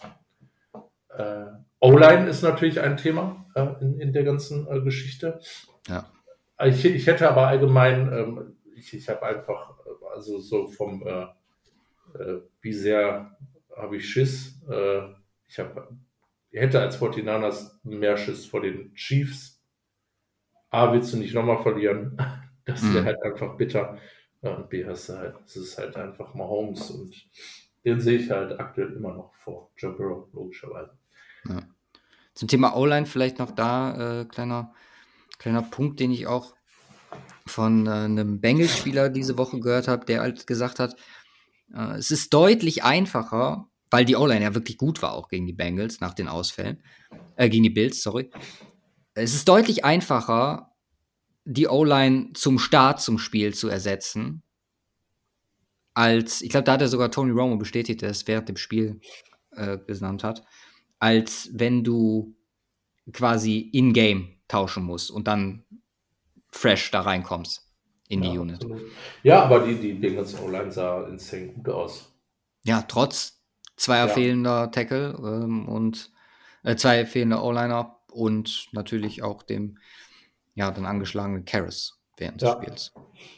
äh, O-Line ist natürlich ein Thema äh, in, in der ganzen äh, Geschichte. Ja. Ich, ich hätte aber allgemein, ähm, ich, ich habe einfach, also so vom, äh, äh, wie sehr habe ich Schiss. Äh, ich habe, hätte als forty-niners mehr Schiss vor den Chiefs. A, willst du nicht nochmal verlieren? Das wäre Mhm. halt einfach bitter. Und B, hast du halt, es ist halt einfach Mahomes und den sehe ich halt aktuell immer noch vor Joe Burrow, logischerweise. Ja. Zum Thema O-Line vielleicht noch da, äh, kleiner, kleiner Punkt, den ich auch von äh, einem Bengals-Spieler diese Woche gehört habe, der halt gesagt hat, äh, es ist deutlich einfacher, weil die O-Line ja wirklich gut war auch gegen die Bengals nach den Ausfällen, äh, gegen die Bills, sorry. Es ist deutlich einfacher, die O-Line zum Start zum Spiel zu ersetzen, als, ich glaube, da hat er sogar Tony Romo bestätigt, der es während dem Spiel äh, genannt hat, als wenn du quasi in-game tauschen musst und dann fresh da reinkommst in die Ja, Unit. absolut. Ja, aber die, die Bengals O-Line sah insane gut aus. Ja, trotz zweier Ja. fehlender Tackle ähm, und äh, zwei fehlender O-Liner und natürlich auch dem ja dann angeschlagenen Karras während des Ja. Spiels.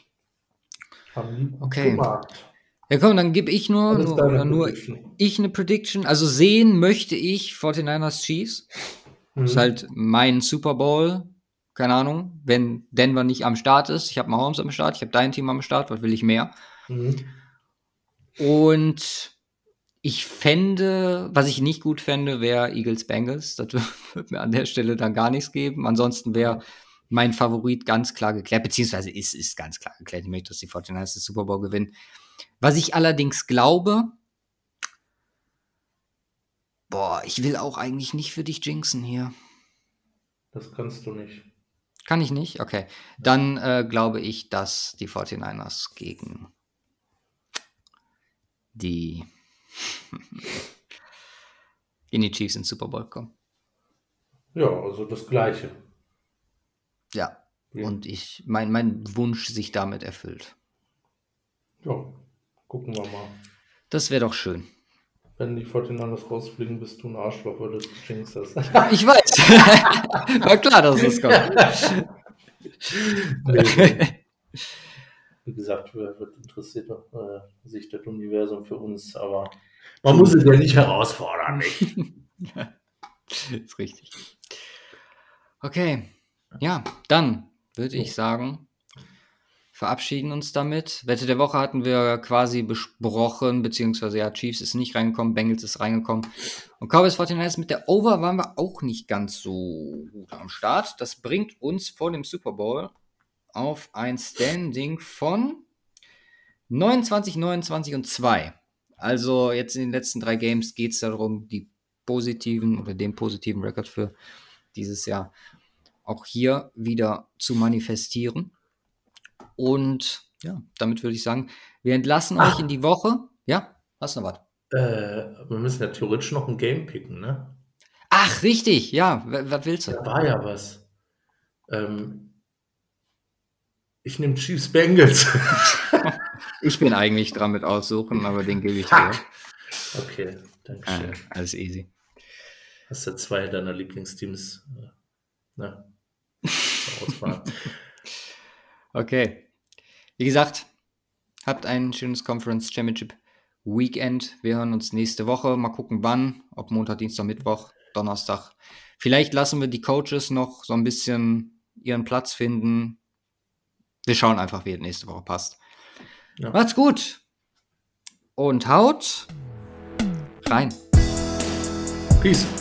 Haben die gut Okay. gemacht. Ja, komm, dann gebe ich nur, Was ist nur deine oder nur Prediction? ich eine Prediction. Also sehen möchte ich forty-niners Chiefs. Mhm. Das ist halt mein Super Bowl. Keine Ahnung, wenn Denver nicht am Start ist. Ich habe Mahomes am Start, ich habe dein Team am Start. Was will ich mehr? Mhm. Und ich fände, was ich nicht gut fände, wäre Eagles Bengals. Das würde mir an der Stelle dann gar nichts geben. Ansonsten wäre mein Favorit ganz klar geklärt, beziehungsweise ist, ist ganz klar geklärt. Ich möchte, dass die forty-niners den Super Bowl gewinnen. Was ich allerdings glaube, boah, ich will auch eigentlich nicht für dich jinxen hier. Das kannst du nicht. Kann ich nicht? Okay. Dann äh, glaube ich, dass die forty-niners gegen die in die Chiefs ins Super Bowl kommen. Ja, also das Gleiche. Ja. Ja. Und ich, mein, mein Wunsch sich damit erfüllt. Ja, gucken wir mal. Das wäre doch schön. Wenn die forty-niners rausfliegen, bist du ein Arschloch, weil du jinxst das. Ich weiß. War klar, dass es kommt. Nee, nee. Wie gesagt, wer wird interessiert äh, sich das Universum für uns, aber man muss es ja nicht herausfordern, nicht? Ja, ist richtig. Okay, ja, dann würde ich sagen, verabschieden uns damit. Wette der Woche hatten wir quasi besprochen, beziehungsweise ja, Chiefs ist nicht reingekommen, Bengals ist reingekommen. Und Cowboys forty-niners mit der Over waren wir auch nicht ganz so gut am Start. Das bringt uns vor dem Super Bowl auf ein Standing von neunundzwanzig, neunundzwanzig und zwei. Also jetzt in den letzten drei Games geht es darum, die positiven oder den positiven Rekord für dieses Jahr auch hier wieder zu manifestieren. Und ja, damit würde ich sagen, wir entlassen Ach. euch in die Woche. Ja, hast du noch was? Äh, wir müssen ja theoretisch noch ein Game picken, ne? Ach, richtig, ja, w- was willst du? Da war ja was. Ähm, ich nehme Chiefs Bengals. Ich bin eigentlich dran mit aussuchen, aber den gebe ich dir. Okay, danke schön. Ah, alles easy. Hast du zwei deiner Lieblingsteams äh, ne? zur Auswahl. Okay. Wie gesagt, habt ein schönes Conference Championship Weekend. Wir hören uns nächste Woche. Mal gucken, wann. Ob Montag, Dienstag, Mittwoch, Donnerstag. Vielleicht lassen wir die Coaches noch so ein bisschen ihren Platz finden. Wir schauen einfach, wie es nächste Woche passt. Ja. Macht's gut. Und haut rein. Peace.